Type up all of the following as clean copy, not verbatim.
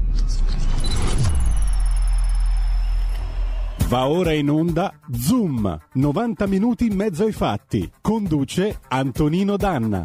Va ora in onda Zoom, 90 minuti in mezzo ai fatti. Conduce Antonino Danna.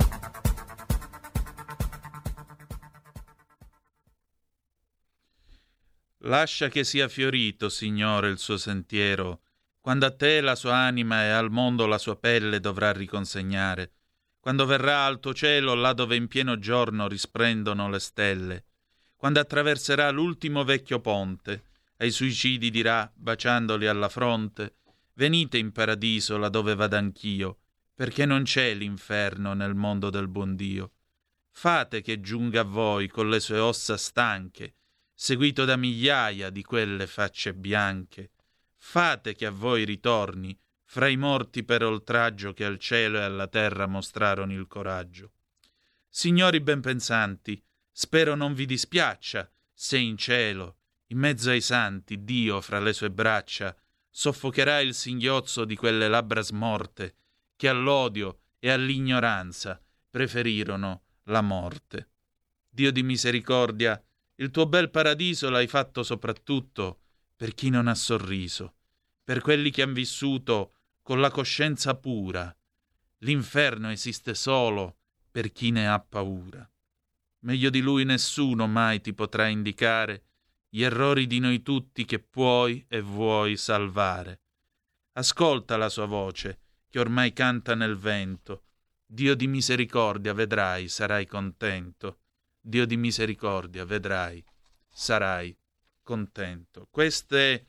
Lascia che sia fiorito, Signore, il suo sentiero, quando a te la sua anima e al mondo la sua pelle dovrà riconsegnare, quando verrà al tuo cielo là dove in pieno giorno risplendono le stelle, quando attraverserà l'ultimo vecchio ponte, ai suicidi dirà, baciandoli alla fronte, venite in paradiso là dove vado anch'io, perché non c'è l'inferno nel mondo del buon Dio. Fate che giunga a voi con le sue ossa stanche, seguito da migliaia di quelle facce bianche. Fate che a voi ritorni, fra i morti per oltraggio che al cielo e alla terra mostrarono il coraggio. Signori ben pensanti, spero non vi dispiaccia se in cielo, in mezzo ai santi, Dio fra le sue braccia soffocherà il singhiozzo di quelle labbra smorte che all'odio e all'ignoranza preferirono la morte. Dio di misericordia, il tuo bel paradiso l'hai fatto soprattutto per chi non ha sorriso, per quelli che han vissuto con la coscienza pura. L'inferno esiste solo per chi ne ha paura. Meglio di lui nessuno mai ti potrà indicare gli errori di noi tutti che puoi e vuoi salvare. Ascolta la sua voce, che ormai canta nel vento. Dio di misericordia, vedrai, sarai contento. Dio di misericordia, vedrai, sarai contento. Queste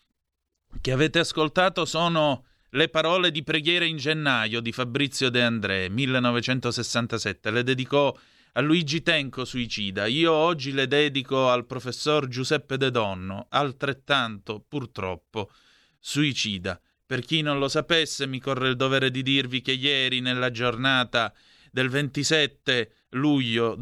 che avete ascoltato sono le parole di Preghiera in gennaio di Fabrizio De André, 1967. Le dedicò a Luigi Tenco, suicida. Io oggi le dedico al professor Giuseppe De Donno, altrettanto, purtroppo, suicida. Per chi non lo sapesse, mi corre il dovere di dirvi che ieri, nella giornata del 27 luglio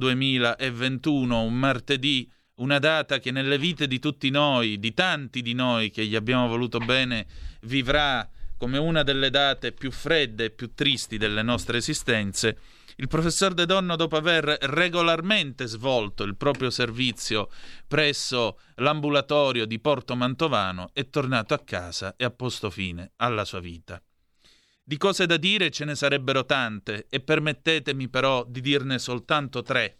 2021, un martedì, una data che nelle vite di tutti noi, di tanti di noi che gli abbiamo voluto bene, vivrà come una delle date più fredde e più tristi delle nostre esistenze, il professor De Donno, dopo aver regolarmente svolto il proprio servizio presso l'ambulatorio di Porto Mantovano, è tornato a casa e ha posto fine alla sua vita. Di cose da dire ce ne sarebbero tante, e permettetemi però di dirne soltanto 3.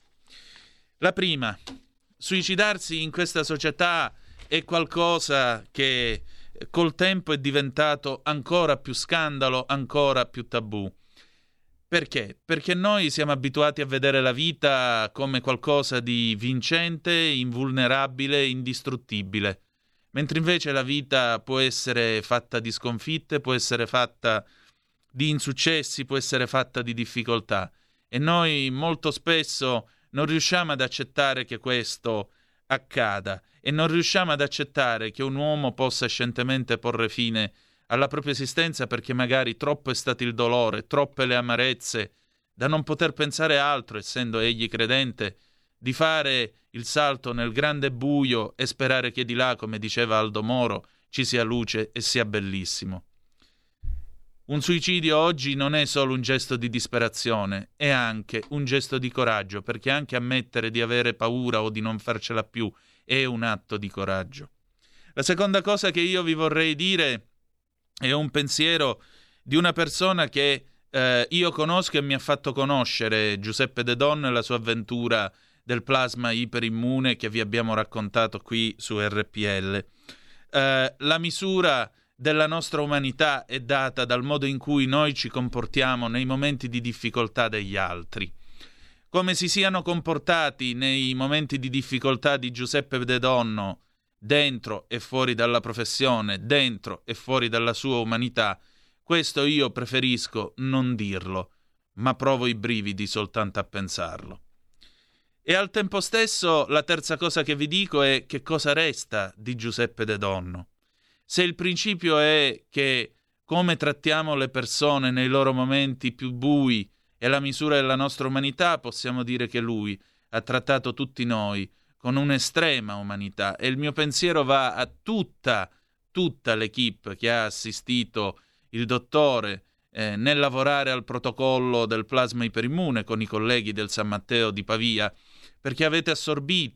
La prima: suicidarsi in questa società è qualcosa che col tempo è diventato ancora più scandalo, ancora più tabù. Perché? Perché noi siamo abituati a vedere la vita come qualcosa di vincente, invulnerabile, indistruttibile, mentre invece la vita può essere fatta di sconfitte, può essere fatta di insuccessi, può essere fatta di difficoltà, e noi molto spesso non riusciamo ad accettare che questo accada, e non riusciamo ad accettare che un uomo possa scientemente porre fine alla propria esistenza perché magari troppo è stato il dolore, troppe le amarezze, da non poter pensare altro, essendo egli credente, di fare il salto nel grande buio e sperare che di là, come diceva Aldo Moro, ci sia luce e sia bellissimo. Un suicidio oggi non è solo un gesto di disperazione, è anche un gesto di coraggio, perché anche ammettere di avere paura o di non farcela più è un atto di coraggio. La seconda cosa che io vi vorrei dire è un pensiero di una persona che io conosco e mi ha fatto conoscere Giuseppe De Donno e la sua avventura del plasma iperimmune che vi abbiamo raccontato qui su RPL. La misura della nostra umanità è data dal modo in cui noi ci comportiamo nei momenti di difficoltà degli altri. Come si siano comportati nei momenti di difficoltà di Giuseppe De Donno, dentro e fuori dalla professione, dentro e fuori dalla sua umanità, questo io preferisco non dirlo, ma provo i brividi soltanto a pensarlo. E al tempo stesso la terza cosa che vi dico è che cosa resta di Giuseppe De Donno. Se il principio è che come trattiamo le persone nei loro momenti più bui è la misura della nostra umanità, possiamo dire che lui ha trattato tutti noi con un'estrema umanità, e il mio pensiero va a tutta l'equipe che ha assistito il dottore nel lavorare al protocollo del plasma iperimmune con i colleghi del San Matteo di Pavia, perché avete assorbito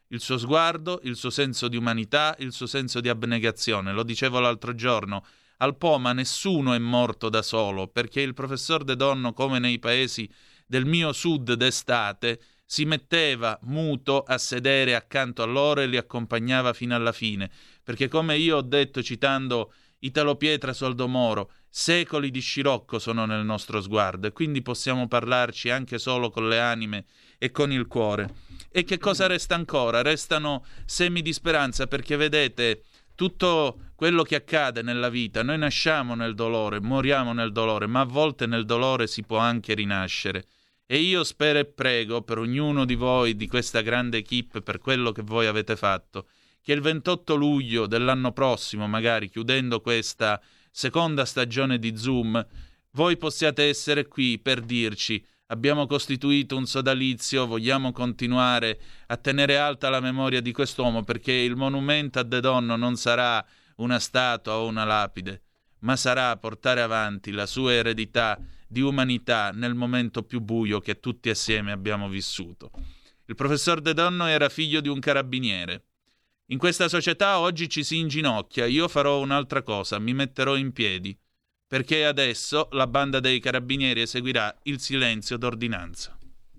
il suo sguardo, il suo senso di umanità, il suo senso di abnegazione. Lo dicevo l'altro giorno, al Poma nessuno è morto da solo, perché il professor De Donno, come nei paesi del mio sud d'estate, si metteva muto a sedere accanto a loro e li accompagnava fino alla fine, perché come io ho detto citando Italo Pietra Soldomoro, secoli di scirocco sono nel nostro sguardo e quindi possiamo parlarci anche solo con le anime e con il cuore. E che cosa resta ancora? Restano semi di speranza, perché vedete tutto quello che accade nella vita, noi nasciamo nel dolore, moriamo nel dolore, ma a volte nel dolore si può anche rinascere. E io spero e prego per ognuno di voi, di questa grande equipe, per quello che voi avete fatto, che il 28 luglio dell'anno prossimo, magari chiudendo questa seconda stagione di Zoom, voi possiate essere qui per dirci: abbiamo costituito un sodalizio, vogliamo continuare a tenere alta la memoria di quest'uomo, perché il monumento a De Donno non sarà una statua o una lapide, ma sarà portare avanti la sua eredità di umanità nel momento più buio che tutti assieme abbiamo vissuto. Il professor De Donno era figlio di un carabiniere. In questa società oggi ci si inginocchia, io farò un'altra cosa, mi metterò in piedi, perché adesso la banda dei carabinieri eseguirà il silenzio d'ordinanza.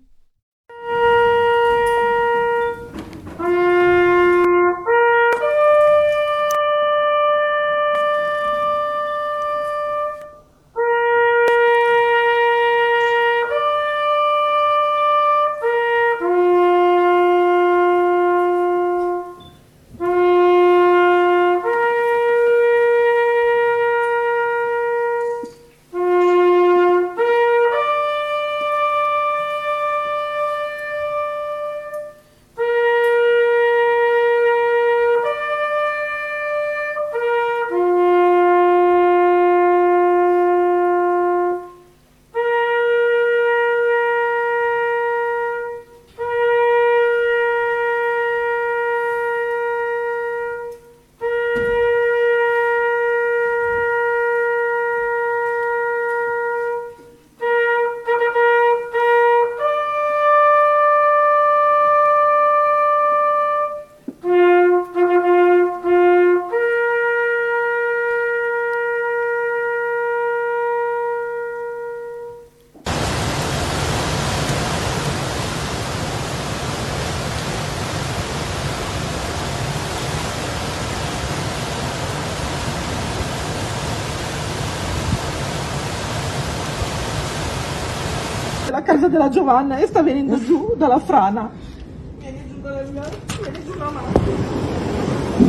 La casa della Giovanna e sta venendo giù dalla frana. Vieni giù dalla mia, vieni giù la mano.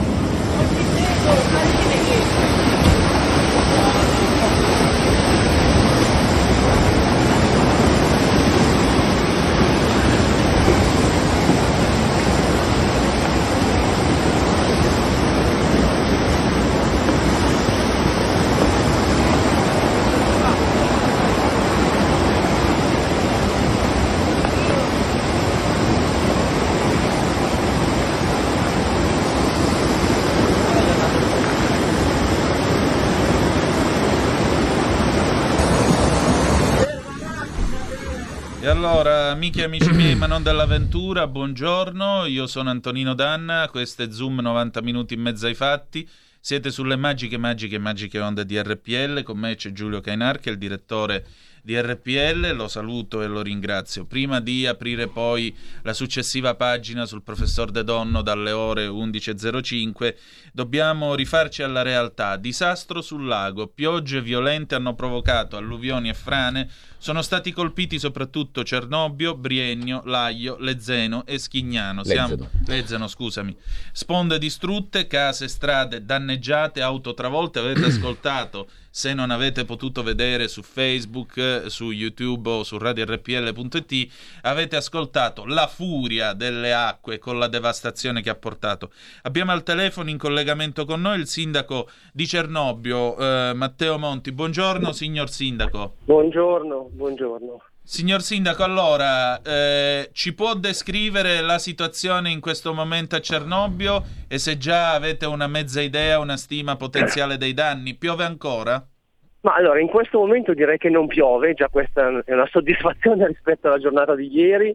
E allora, amiche e amici miei, ma non dell'avventura, buongiorno, io sono Antonino Danna, questo è Zoom 90 minuti in mezzo ai fatti, siete sulle magiche onde di RPL, con me c'è Giulio Cainar, che è il direttore di RPL, lo saluto e lo ringrazio. Prima di aprire poi la successiva pagina sul professor De Donno dalle ore 11.05, dobbiamo rifarci alla realtà. Disastro sul lago, piogge violente hanno provocato alluvioni e frane, sono stati colpiti soprattutto Cernobbio, Briennio, Laio, Lezzeno e Schignano. Lezzeno, scusami. Sponde distrutte, case e strade danneggiate, auto travolte. Avete ascoltato, se non avete potuto vedere su Facebook, su YouTube o su radiorpl.it, avete ascoltato la furia delle acque con la devastazione che ha portato. Abbiamo al telefono in collegamento con noi il sindaco di Cernobbio, Matteo Monti. Buongiorno, signor sindaco. Buongiorno. Signor sindaco, allora, ci può descrivere la situazione in questo momento a Cernobbio e se già avete una mezza idea, una stima potenziale dei danni? Piove ancora? Ma allora, in questo momento direi che non piove, già questa è una soddisfazione rispetto alla giornata di ieri.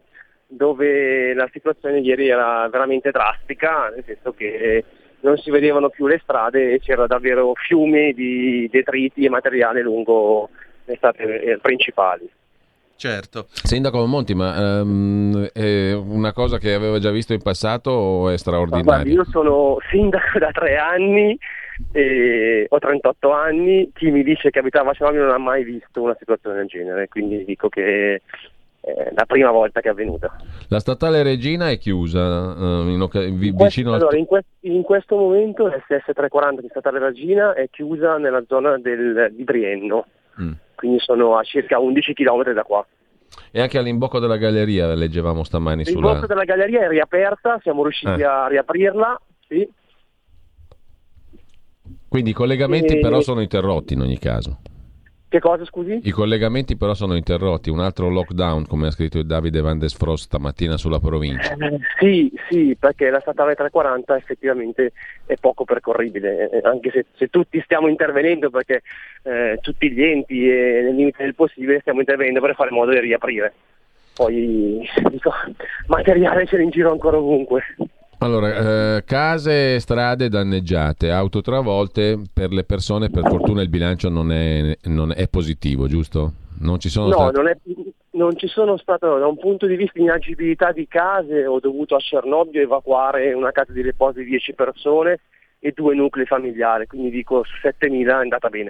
dove la situazione ieri era veramente drastica, nel senso che non si vedevano più le strade e c'era davvero fiumi di detriti e materiale lungo le strade principali. Certo. Sindaco Monti, ma è una cosa che aveva già visto in passato o è straordinaria? Guardi, io sono sindaco da 3 anni, ho 38 anni, chi mi dice che abitava a Cernobbio non ha mai visto una situazione del genere, quindi dico che è la prima volta che è avvenuta. La statale Regina è chiusa vicino allora, in questo momento l'SS 340 di statale Regina è chiusa nella zona di Brienno. Quindi sono a circa 11 km da qua. E anche all'imbocco della galleria, leggevamo stamani. L'imbocco della galleria è riaperta, siamo riusciti a riaprirla, sì. Quindi i collegamenti però sono interrotti in ogni caso. Che cosa, scusi? I collegamenti però sono interrotti, un altro lockdown, come ha scritto il Davide Van der Frost stamattina sulla provincia. Sì, perché la statale 340 effettivamente è poco percorribile, anche se tutti stiamo intervenendo, perché tutti gli enti e nel limite del possibile stiamo intervenendo per fare in modo di riaprire. Poi dico, materiale c'è in giro ancora ovunque. Allora, case e strade danneggiate, auto travolte, per le persone per fortuna il bilancio non è positivo, giusto? Non ci sono non ci sono stato, da un punto di vista di inagibilità di case, ho dovuto a Cernobbio evacuare una casa di riposo di 10 persone e 2 nuclei familiari, quindi dico su 7.000 è andata bene.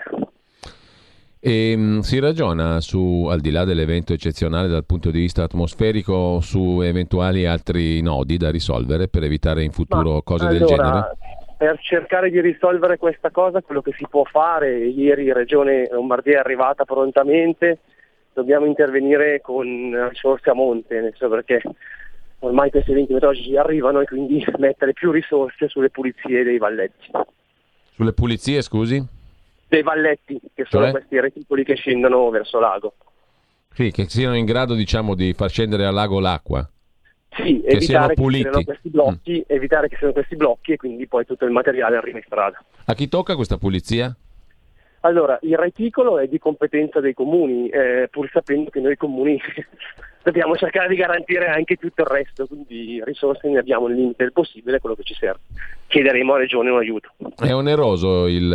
E si ragiona al di là dell'evento eccezionale dal punto di vista atmosferico, su eventuali altri nodi da risolvere per evitare in futuro cose del genere? Per cercare di risolvere questa cosa, quello che si può fare, ieri Regione Lombardia è arrivata prontamente, dobbiamo intervenire con risorse a monte, nel senso perché ormai questi eventi meteorologici arrivano e quindi mettere più risorse sulle pulizie dei valletti. Sulle pulizie, scusi? Dei valletti, che sono questi reticoli che scendono verso l'ago. Sì, che siano in grado, diciamo, di far scendere al lago l'acqua. Sì, che siano puliti. Evitare che siano questi blocchi e quindi poi tutto il materiale arriva in strada. A chi tocca questa pulizia? Allora, il reticolo è di competenza dei comuni, pur sapendo che noi comuni dobbiamo cercare di garantire anche tutto il resto, quindi risorse ne abbiamo nel limite del possibile, quello che ci serve. Chiederemo a Regione un aiuto. È oneroso il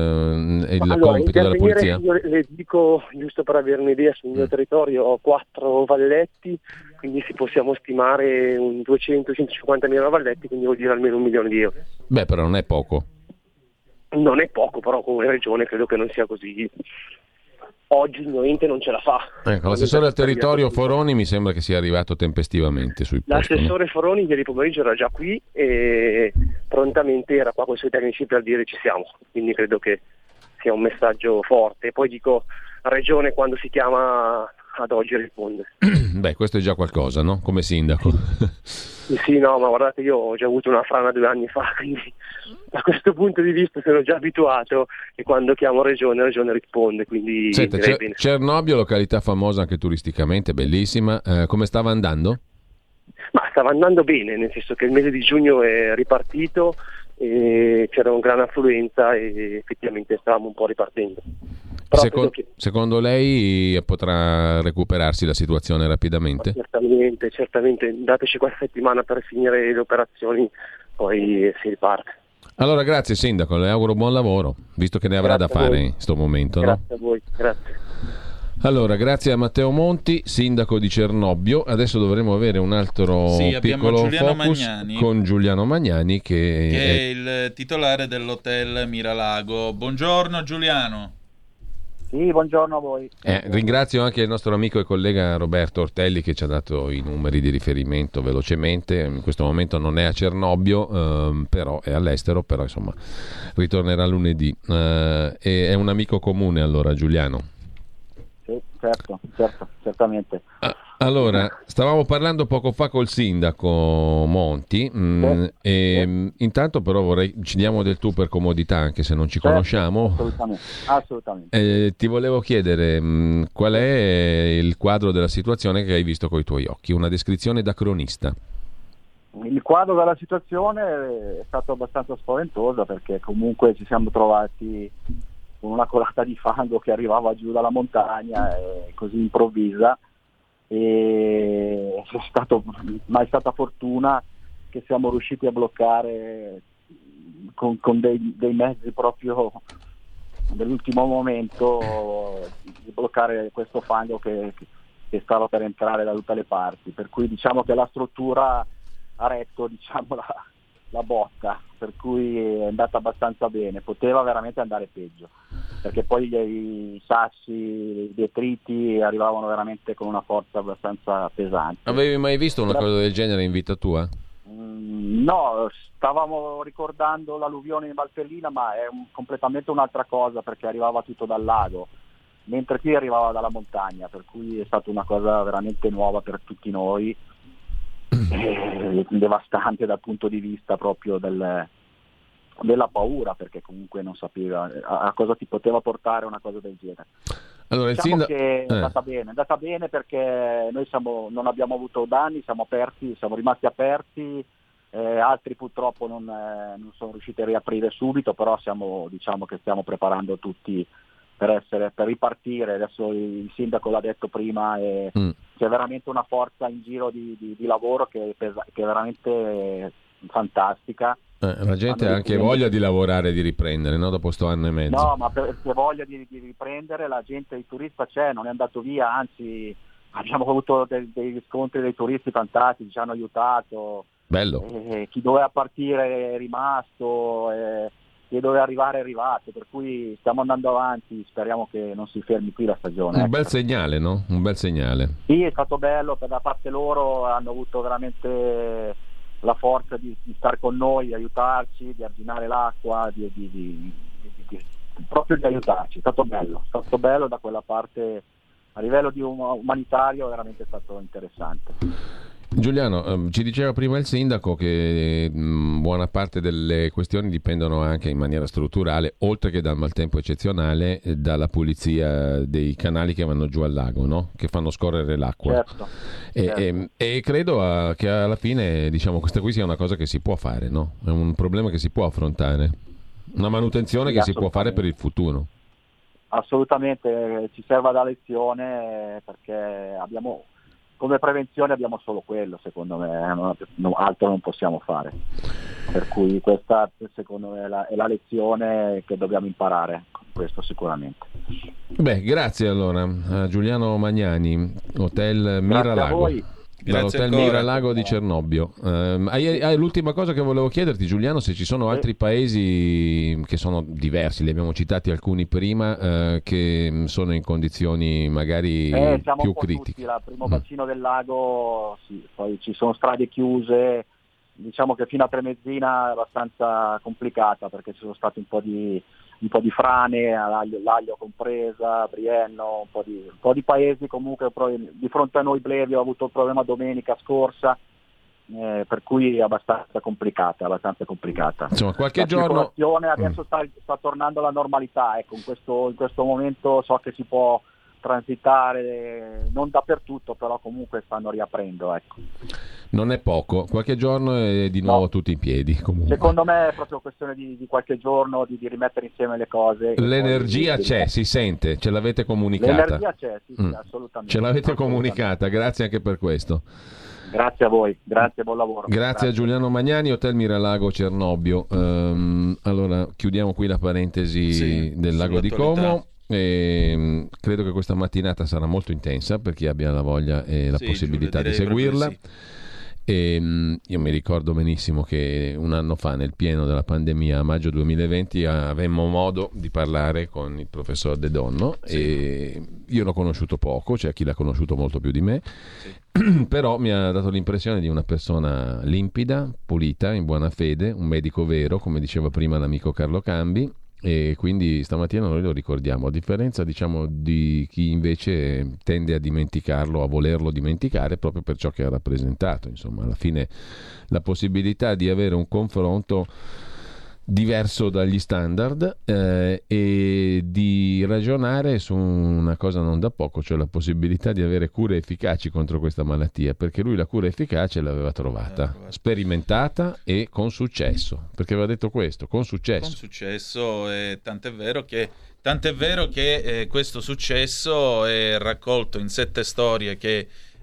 compito della pulizia? Io le dico, giusto per avere un'idea, sul mio territorio ho 4 valletti, quindi possiamo stimare un 200-150 mila valletti, quindi vuol dire almeno 1 milione di euro. Beh, però non è poco. Non è poco, però come Regione credo che non sia così. Oggi il mio ente non ce la fa. Ecco, l'assessore al territorio Foroni mi sembra che sia arrivato tempestivamente sui posti. L'assessore Foroni ieri pomeriggio era già qui e prontamente era qua con i suoi tecnici per dire ci siamo, quindi credo che sia un messaggio forte. Poi dico, Regione quando si chiama ad oggi risponde. Beh, questo è già qualcosa, no? Come sindaco. Sì, no, ma guardate, io ho già avuto una frana 2 anni fa, quindi da questo punto di vista sono già abituato e quando chiamo Regione risponde, quindi senta, Cernobbio, località famosa anche turisticamente, bellissima, come stava andando? Ma stava andando bene, nel senso che il mese di giugno è ripartito e c'era una gran affluenza e effettivamente stavamo un po' ripartendo. Secondo lei potrà recuperarsi la situazione rapidamente? Certamente, dateci qualche settimana per finire le operazioni, poi si riparte. Allora grazie Sindaco, le auguro buon lavoro, visto che ne avrà da fare in questo momento. Grazie a voi, grazie. Allora, grazie a Matteo Monti, sindaco di Cernobbio. Adesso dovremo avere un altro piccolo focus con Giuliano Magnani che è il titolare dell'hotel Miralago. Buongiorno Giuliano. Sì, buongiorno a voi. Ringrazio anche il nostro amico e collega Roberto Ortelli che ci ha dato i numeri di riferimento velocemente. In questo momento non è a Cernobbio, però è all'estero, però insomma ritornerà lunedì. È un amico comune allora, Giuliano. Sì, certo, certamente. Allora, stavamo parlando poco fa col sindaco Monti intanto però ci diamo del tu per comodità anche se non ci conosciamo. Assolutamente. Ti volevo chiedere qual è il quadro della situazione che hai visto coi tuoi occhi, una descrizione da cronista. Il quadro della situazione è stato abbastanza spaventoso perché comunque ci siamo trovati con una colata di fango che arrivava giù dalla montagna così improvvisa. e ma è stata fortuna che siamo riusciti a bloccare con dei mezzi proprio nell'ultimo momento, di bloccare questo fango che stava per entrare da tutte le parti, per cui diciamo che la struttura ha retto, diciamo, la botta, per cui è andata abbastanza bene. Poteva veramente andare peggio, perché poi i sassi, i detriti arrivavano veramente con una forza abbastanza pesante. Avevi mai visto una cosa del genere in vita tua? No, stavamo ricordando l'alluvione in Valtellina, ma è completamente un'altra cosa, perché arrivava tutto dal lago, mentre qui arrivava dalla montagna, per cui è stata una cosa veramente nuova per tutti noi, devastante dal punto di vista proprio della paura, perché comunque non sapeva a cosa ti poteva portare una cosa del genere. Allora, diciamo che è andata bene perché noi non abbiamo avuto danni, siamo rimasti aperti, altri purtroppo non sono riusciti a riaprire subito, però diciamo che stiamo preparando tutti per ripartire. Adesso il sindaco l'ha detto prima, e c'è veramente una forza in giro di lavoro che è veramente fantastica. La gente ha anche voglia di lavorare, di riprendere, no? Dopo sto anno e mezzo. No, ma perché voglia di riprendere, la gente, il turista c'è, non è andato via, anzi abbiamo avuto dei riscontri dei turisti fantastici, ci hanno aiutato. Bello. Chi doveva partire è rimasto, chi doveva arrivare è arrivato, per cui stiamo andando avanti, speriamo che non si fermi qui la stagione. Un bel segnale, no? Un bel segnale. Sì, è stato bello, da parte loro hanno avuto veramente la forza di stare con noi, di aiutarci, di arginare l'acqua, proprio di aiutarci. È stato bello da quella parte, a livello di umanitario, veramente è stato interessante. Giuliano, ci diceva prima il sindaco che buona parte delle questioni dipendono anche in maniera strutturale, oltre che dal maltempo eccezionale, dalla pulizia dei canali che vanno giù al lago, no? Che fanno scorrere l'acqua. Certo. E credo che alla fine, diciamo, questa qui sia una cosa che si può fare, no? È un problema che si può affrontare, una manutenzione che si può fare per il futuro. Assolutamente, ci serve da lezione, perché come prevenzione abbiamo solo quello, secondo me, altro non possiamo fare, per cui questa secondo me è la lezione che dobbiamo imparare, questo sicuramente. Beh, grazie allora a Giuliano Magnani, Hotel Miralago. Dall'Hotel Miralago di Cernobbio. L'ultima cosa che volevo chiederti, Giuliano, se ci sono altri paesi che sono diversi, li abbiamo citati alcuni prima, che sono in condizioni magari più critiche. Il primo bacino del lago, sì, poi ci sono strade chiuse, diciamo che fino a Tremezzina è abbastanza complicata, perché ci sono stati un po' di frane, l'Aglio compresa, Brienno, un po' di paesi comunque. Di fronte a noi Blevio ha avuto un problema domenica scorsa, per cui è abbastanza complicata. Insomma, qualche giorno adesso sta tornando alla normalità, ecco, in questo momento so che si può transitare, non dappertutto, però comunque stanno riaprendo, ecco. Non è poco, qualche giorno è di nuovo tutti in piedi. Comunque. Secondo me è proprio questione di qualche giorno, di rimettere insieme le cose. L'energia c'è, si sente, ce l'avete comunicata. L'energia c'è, sì, assolutamente. Ce l'avete comunicata, grazie anche per questo. Grazie a voi, grazie, buon lavoro. Grazie a Giuliano Magnani, Hotel Miralago Cernobbio. Allora, chiudiamo qui la parentesi del Lago di Como. E credo che questa mattinata sarà molto intensa per chi abbia la voglia e la possibilità di seguirla. E io mi ricordo benissimo che un anno fa, nel pieno della pandemia, a maggio 2020, avemmo modo di parlare con il professor De Donno, e io l'ho conosciuto poco, c'è chi l'ha conosciuto molto più di me, però mi ha dato l'impressione di una persona limpida, pulita, in buona fede, un medico vero, come diceva prima l'amico Carlo Cambi. E quindi stamattina noi lo ricordiamo, a differenza, diciamo, di chi invece tende a dimenticarlo, a volerlo dimenticare, proprio per ciò che ha rappresentato. Insomma, alla fine la possibilità di avere un confronto diverso dagli standard e di ragionare su una cosa non da poco, cioè la possibilità di avere cure efficaci contro questa malattia, perché lui la cura efficace l'aveva trovata, sperimentata e con successo, perché aveva detto questo, con successo, tant'è vero che questo successo è raccolto in 7 storie che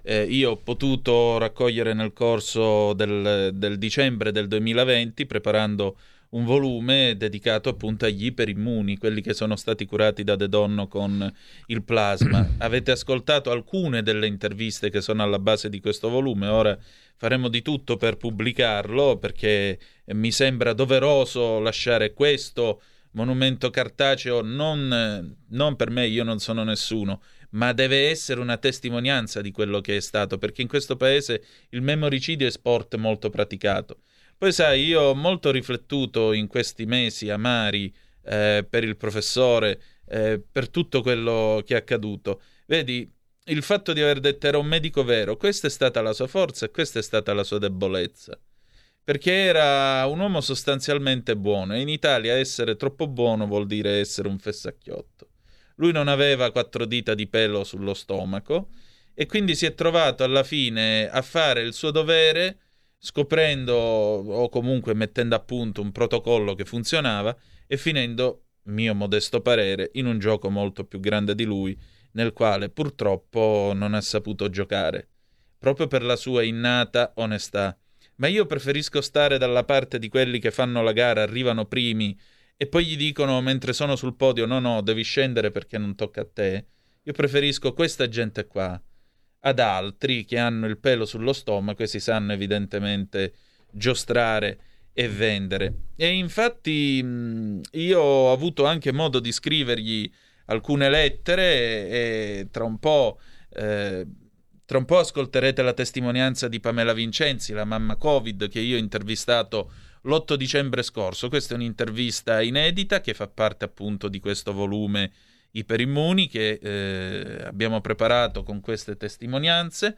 io ho potuto raccogliere nel corso del dicembre del 2020, preparando un volume dedicato appunto agli iperimmuni, quelli che sono stati curati da De Donno con il plasma. Avete ascoltato alcune delle interviste che sono alla base di questo volume. Ora faremo di tutto per pubblicarlo, perché mi sembra doveroso lasciare questo monumento cartaceo non per me, io non sono nessuno, ma deve essere una testimonianza di quello che è stato, perché in questo paese il memoricidio è sport molto praticato. Poi sai, io ho molto riflettuto in questi mesi amari per il professore, per tutto quello che è accaduto. Vedi, il fatto di aver detto era un medico vero, questa è stata la sua forza e questa è stata la sua debolezza, perché era un uomo sostanzialmente buono, e in Italia essere troppo buono vuol dire essere un fessacchiotto. Lui non aveva 4 dita di pelo sullo stomaco e quindi si è trovato alla fine a fare il suo dovere, scoprendo o comunque mettendo a punto un protocollo che funzionava e finendo, mio modesto parere, in un gioco molto più grande di lui, nel quale purtroppo non ha saputo giocare, proprio per la sua innata onestà. Ma io preferisco stare dalla parte di quelli che fanno la gara, arrivano primi e poi gli dicono mentre sono sul podio no, devi scendere perché non tocca a te. Io preferisco questa gente qua ad altri che hanno il pelo sullo stomaco e si sanno evidentemente giostrare e vendere. E infatti io ho avuto anche modo di scrivergli alcune lettere e tra un po' ascolterete la testimonianza di Pamela Vincenzi, la mamma Covid, che io ho intervistato l'8 dicembre scorso. Questa è un'intervista inedita che fa parte appunto di questo volume Iperimmuni che abbiamo preparato con queste testimonianze.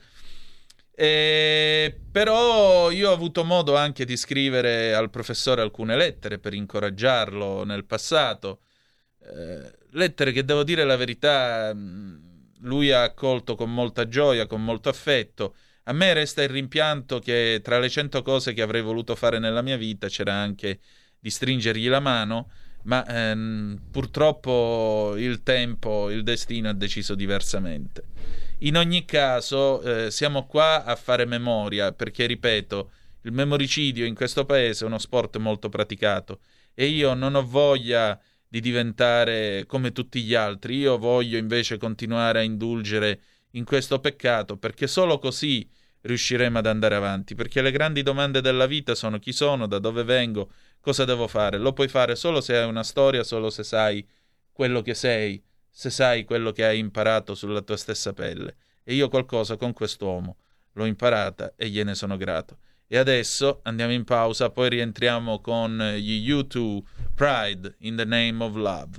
Però io ho avuto modo anche di scrivere al professore alcune lettere per incoraggiarlo nel passato, lettere che, devo dire la verità, lui ha accolto con molta gioia, con molto affetto. A me resta il rimpianto che tra le 100 cose che avrei voluto fare nella mia vita c'era anche di stringergli la mano, ma purtroppo il tempo, il destino ha deciso diversamente. In ogni caso siamo qua a fare memoria, perché ripeto, il memoricidio in questo paese è uno sport molto praticato e io non ho voglia di diventare come tutti gli altri. Io voglio invece continuare a indulgere in questo peccato, perché solo così riusciremo ad andare avanti, perché le grandi domande della vita sono: chi sono, da dove vengo, cosa devo fare? Lo puoi fare solo se hai una storia, solo se sai quello che sei, se sai quello che hai imparato sulla tua stessa pelle. E io qualcosa con quest'uomo l'ho imparata e gliene sono grato. E adesso andiamo in pausa, poi rientriamo con gli U2, Pride in the Name of Love.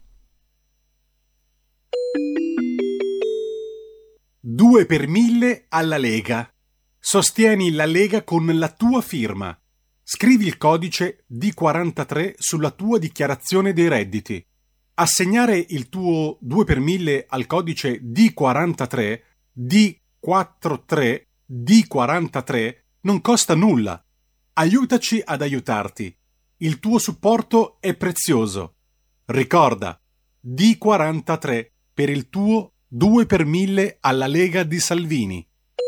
2 per 1000 alla Lega. Sostieni la Lega con la tua firma. Scrivi il codice D43 sulla tua dichiarazione dei redditi. Assegnare il tuo 2 per 1000 al codice D43, D43, D43 non costa nulla. Aiutaci ad aiutarti. Il tuo supporto è prezioso. Ricorda, D43 per il tuo 2 per 1000 alla Lega di Salvini.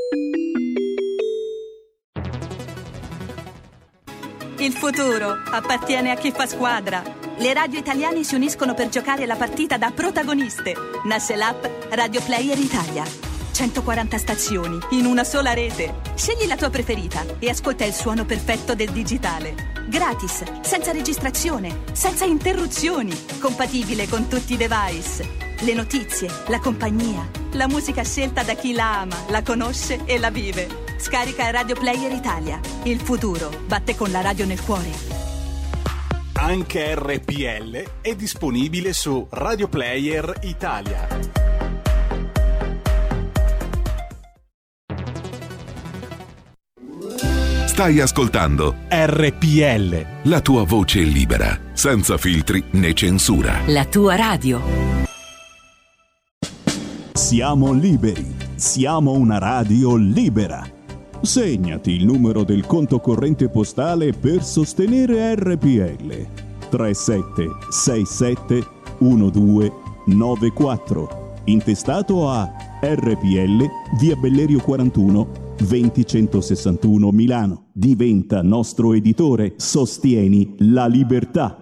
Il futuro appartiene a chi fa squadra. Le radio italiane si uniscono per giocare la partita da protagoniste. Nasce l'app Radio Player Italia. 140 stazioni in una sola rete. Scegli la tua preferita e ascolta il suono perfetto del digitale. Gratis, senza registrazione, senza interruzioni, compatibile con tutti i device. Le notizie, la compagnia, la musica scelta da chi la ama, la conosce e la vive. Scarica Radio Player Italia. Il futuro batte con la radio nel cuore. Anche RPL è disponibile su Radio Player Italia. Stai ascoltando RPL, la tua voce libera, senza filtri né censura. La tua radio. Siamo liberi, siamo una radio libera. Segnati il numero del conto corrente postale per sostenere RPL. 37671294. Intestato a RPL, via Bellerio 41, 20161 Milano. Diventa nostro editore. Sostieni la libertà.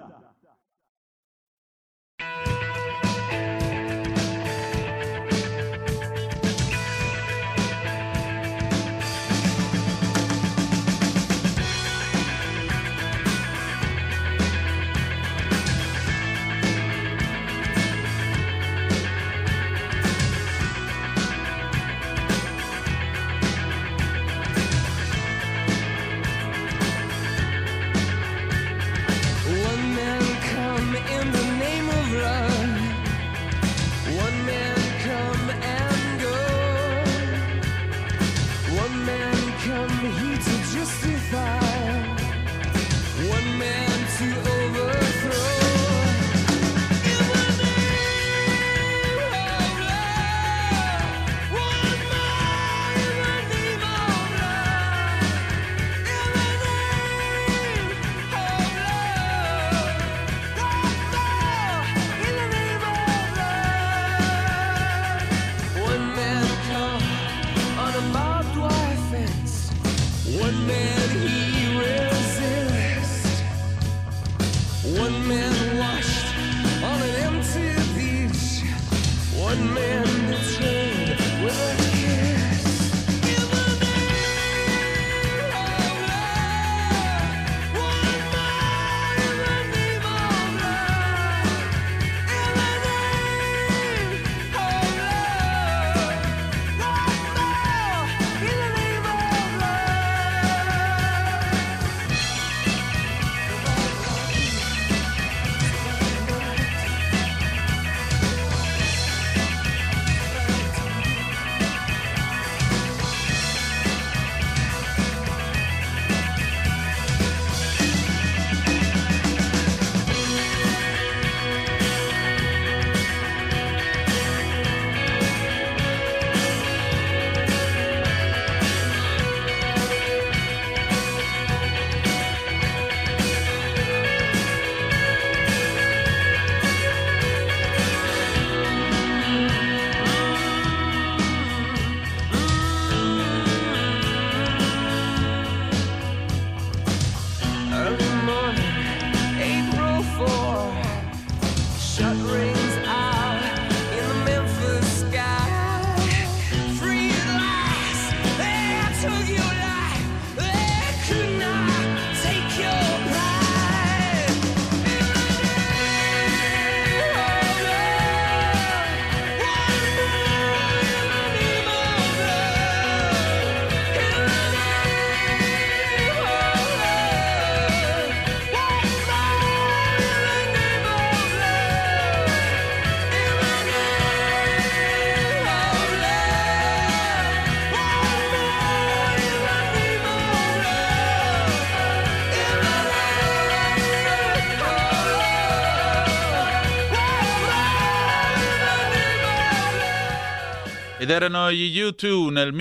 Ed erano gli U2 nel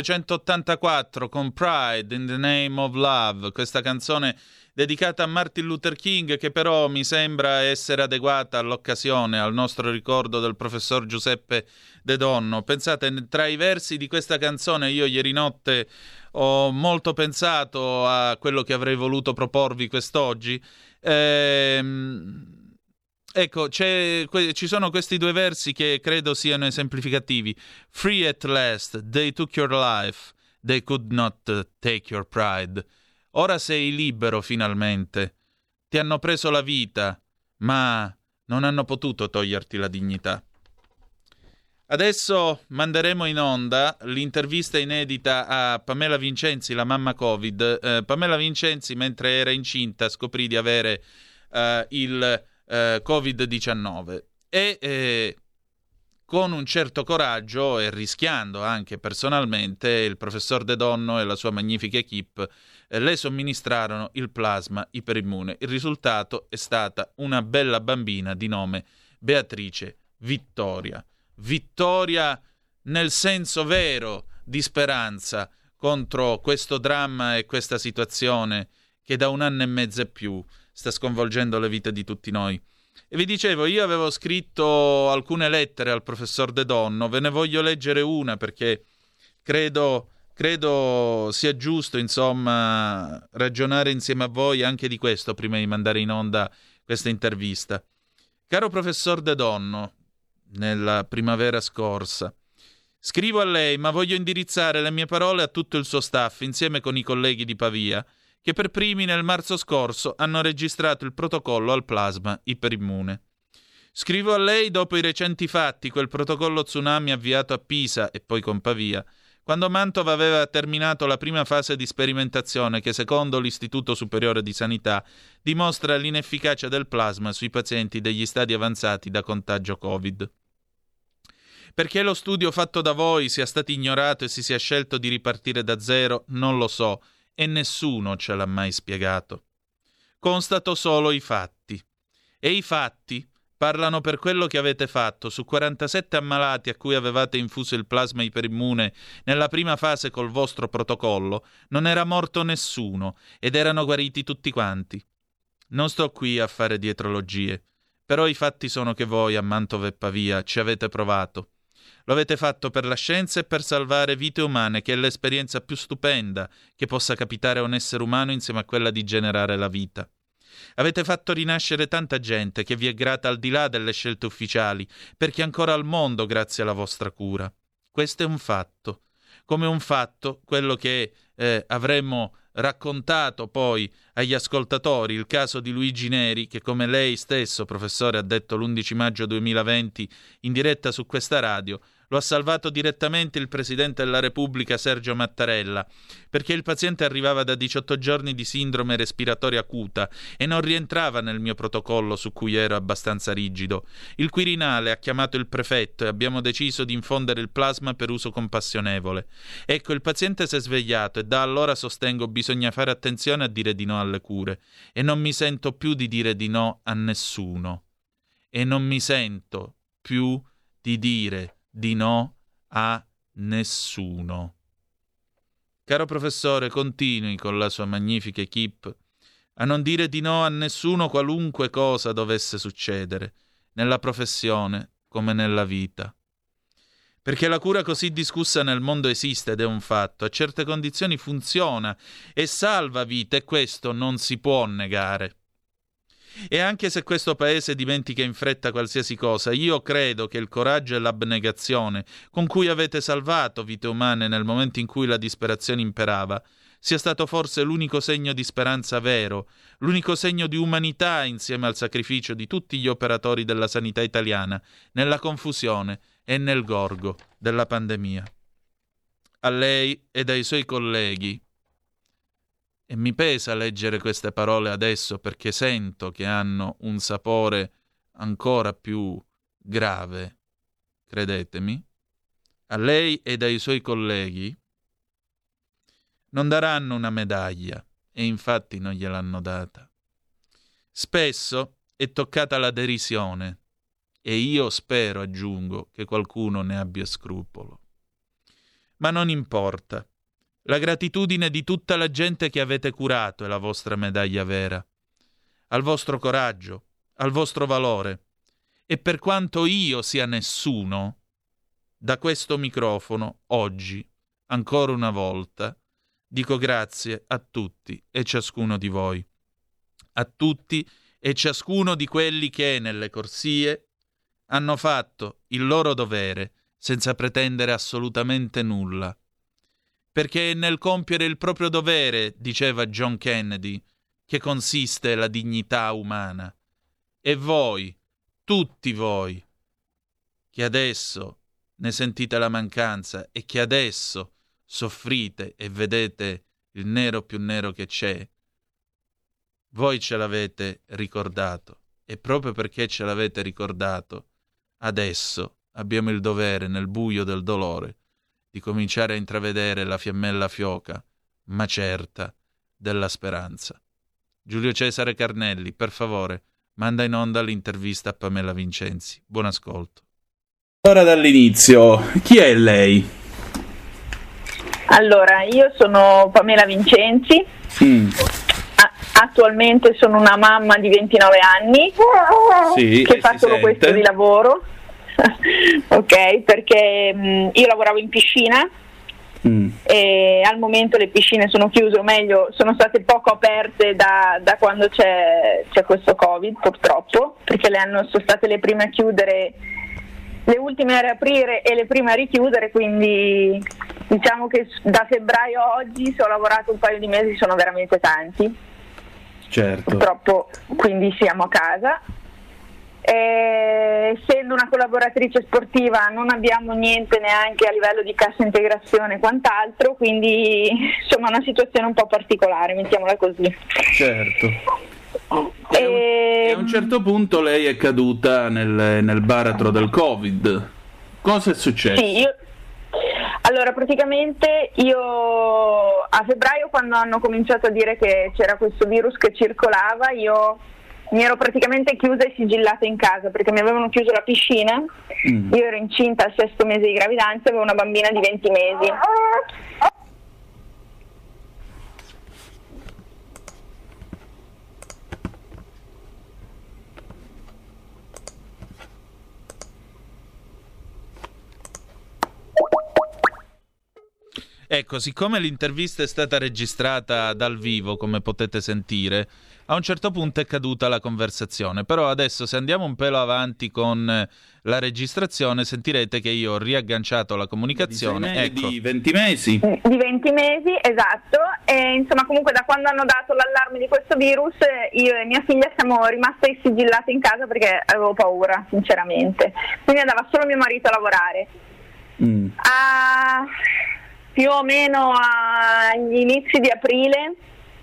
1984 con Pride in the Name of Love, questa canzone dedicata a Martin Luther King, che però mi sembra essere adeguata all'occasione, al nostro ricordo del professor Giuseppe De Donno. Pensate, tra i versi di questa canzone io ieri notte ho molto pensato a quello che avrei voluto proporvi quest'oggi. Ecco, ci sono questi due versi che credo siano esemplificativi. Free at last, they took your life, they could not take your pride. Ora sei libero finalmente. Ti hanno preso la vita, ma non hanno potuto toglierti la dignità. Adesso manderemo in onda l'intervista inedita a Pamela Vincenzi, la mamma Covid. Pamela Vincenzi, mentre era incinta, scoprì di avere il Covid-19 e con un certo coraggio e rischiando anche personalmente, il professor De Donno e la sua magnifica equipe le somministrarono il plasma iperimmune. Il risultato è stata una bella bambina di nome Beatrice Vittoria. Vittoria nel senso vero di speranza contro questo dramma e questa situazione che da 1 anno e mezzo e più sta sconvolgendo le vite di tutti noi. E vi dicevo, io avevo scritto alcune lettere al professor De Donno, ve ne voglio leggere una perché credo sia giusto, insomma, ragionare insieme a voi anche di questo prima di mandare in onda questa intervista. Caro professor De Donno, nella primavera scorsa, scrivo a lei, ma voglio indirizzare le mie parole a tutto il suo staff, insieme con i colleghi di Pavia, che per primi nel marzo scorso hanno registrato il protocollo al plasma iperimmune. Scrivo a lei dopo i recenti fatti, quel protocollo tsunami avviato a Pisa e poi con Pavia, quando Mantova aveva terminato la prima fase di sperimentazione che, secondo l'Istituto Superiore di Sanità, dimostra l'inefficacia del plasma sui pazienti degli stadi avanzati da contagio Covid. Perché lo studio fatto da voi sia stato ignorato e si sia scelto di ripartire da zero, non lo so, e nessuno ce l'ha mai spiegato. Constato solo i fatti. E i fatti parlano per quello che avete fatto. Su 47 ammalati a cui avevate infuso il plasma iperimmune nella prima fase col vostro protocollo, non era morto nessuno ed erano guariti tutti quanti. Non sto qui a fare dietrologie, però i fatti sono che voi a Mantova e Pavia ci avete provato. Lo avete fatto per la scienza e per salvare vite umane, che è l'esperienza più stupenda che possa capitare a un essere umano insieme a quella di generare la vita. Avete fatto rinascere tanta gente che vi è grata al di là delle scelte ufficiali, perché è ancora al mondo grazie alla vostra cura. Questo è un fatto. Come un fatto, quello che avremmo raccontato poi agli ascoltatori, il caso di Luigi Neri, che come lei stesso, professore, ha detto l'11 maggio 2020 in diretta su questa radio, lo ha salvato direttamente il Presidente della Repubblica Sergio Mattarella, perché il paziente arrivava da 18 giorni di sindrome respiratoria acuta e non rientrava nel mio protocollo su cui ero abbastanza rigido. Il Quirinale ha chiamato il prefetto e abbiamo deciso di infondere il plasma per uso compassionevole. Ecco, il paziente si è svegliato e da allora sostengo bisogna fare attenzione a dire di no alle cure e non mi sento più di dire di no a nessuno. E non mi sento più di dire di no a nessuno. Caro professore, continui con la sua magnifica equipe a non dire di no a nessuno qualunque cosa dovesse succedere, nella professione come nella vita. Perché la cura così discussa nel mondo esiste ed è un fatto, a certe condizioni funziona e salva vite e questo non si può negare. E anche se questo paese dimentica in fretta qualsiasi cosa, io credo che il coraggio e l'abnegazione con cui avete salvato vite umane nel momento in cui la disperazione imperava sia stato forse l'unico segno di speranza vero, l'unico segno di umanità insieme al sacrificio di tutti gli operatori della sanità italiana nella confusione e nel gorgo della pandemia. A lei ed ai suoi colleghi, e mi pesa leggere queste parole adesso perché sento che hanno un sapore ancora più grave, credetemi, a lei ed ai suoi colleghi non daranno una medaglia e infatti non gliel'hanno data. Spesso è toccata la derisione e io spero, aggiungo, che qualcuno ne abbia scrupolo. Ma non importa. La gratitudine di tutta la gente che avete curato è la vostra medaglia vera, al vostro coraggio, al vostro valore. E per quanto io sia nessuno, da questo microfono, oggi, ancora una volta, dico grazie a tutti e ciascuno di voi, a tutti e ciascuno di quelli che nelle corsie hanno fatto il loro dovere senza pretendere assolutamente nulla. Perché è nel compiere il proprio dovere, diceva John Kennedy, che consiste la dignità umana. E voi, tutti voi, che adesso ne sentite la mancanza e che adesso soffrite e vedete il nero più nero che c'è, voi ce l'avete ricordato. E proprio perché ce l'avete ricordato, adesso abbiamo il dovere, nel buio del dolore, di cominciare a intravedere la fiammella fioca, ma certa, della speranza. Giulio Cesare Carnelli, per favore, manda in onda l'intervista a Pamela Vincenzi. Buon ascolto. Ora dall'inizio, chi è lei? Allora, io sono Pamela Vincenzi, attualmente sono una mamma di 29 anni che fa solo questo di lavoro. Ok, perché io lavoravo in piscina e al momento le piscine sono chiuse, o meglio sono state poco aperte da quando c'è questo Covid, purtroppo, perché sono state le prime a chiudere, le ultime a riaprire e le prime a richiudere, quindi diciamo che da febbraio a oggi, se ho lavorato un paio di mesi, sono veramente tanti. Certo. Purtroppo, quindi siamo a casa. Essendo una collaboratrice sportiva non abbiamo niente neanche a livello di cassa integrazione e quant'altro, quindi insomma una situazione un po' particolare, mettiamola così. Certo. E a un certo punto lei è caduta nel baratro del Covid. Cosa è successo? Sì, allora praticamente io a febbraio, quando hanno cominciato a dire che c'era questo virus che circolava, io mi ero praticamente chiusa e sigillata in casa perché mi avevano chiuso la piscina. Io ero incinta al 6° mese di gravidanza, avevo una bambina di 20 mesi. Ecco, siccome l'intervista è stata registrata dal vivo, come potete sentire, a un certo punto è caduta la conversazione, però adesso se andiamo un pelo avanti con la registrazione sentirete che io ho riagganciato la comunicazione. Ecco. Di 20 mesi? Di 20 mesi, esatto, e insomma comunque da quando hanno dato l'allarme di questo virus io e mia figlia siamo rimaste sigillate in casa perché avevo paura, sinceramente, quindi andava solo mio marito a lavorare. Più o meno agli inizi di aprile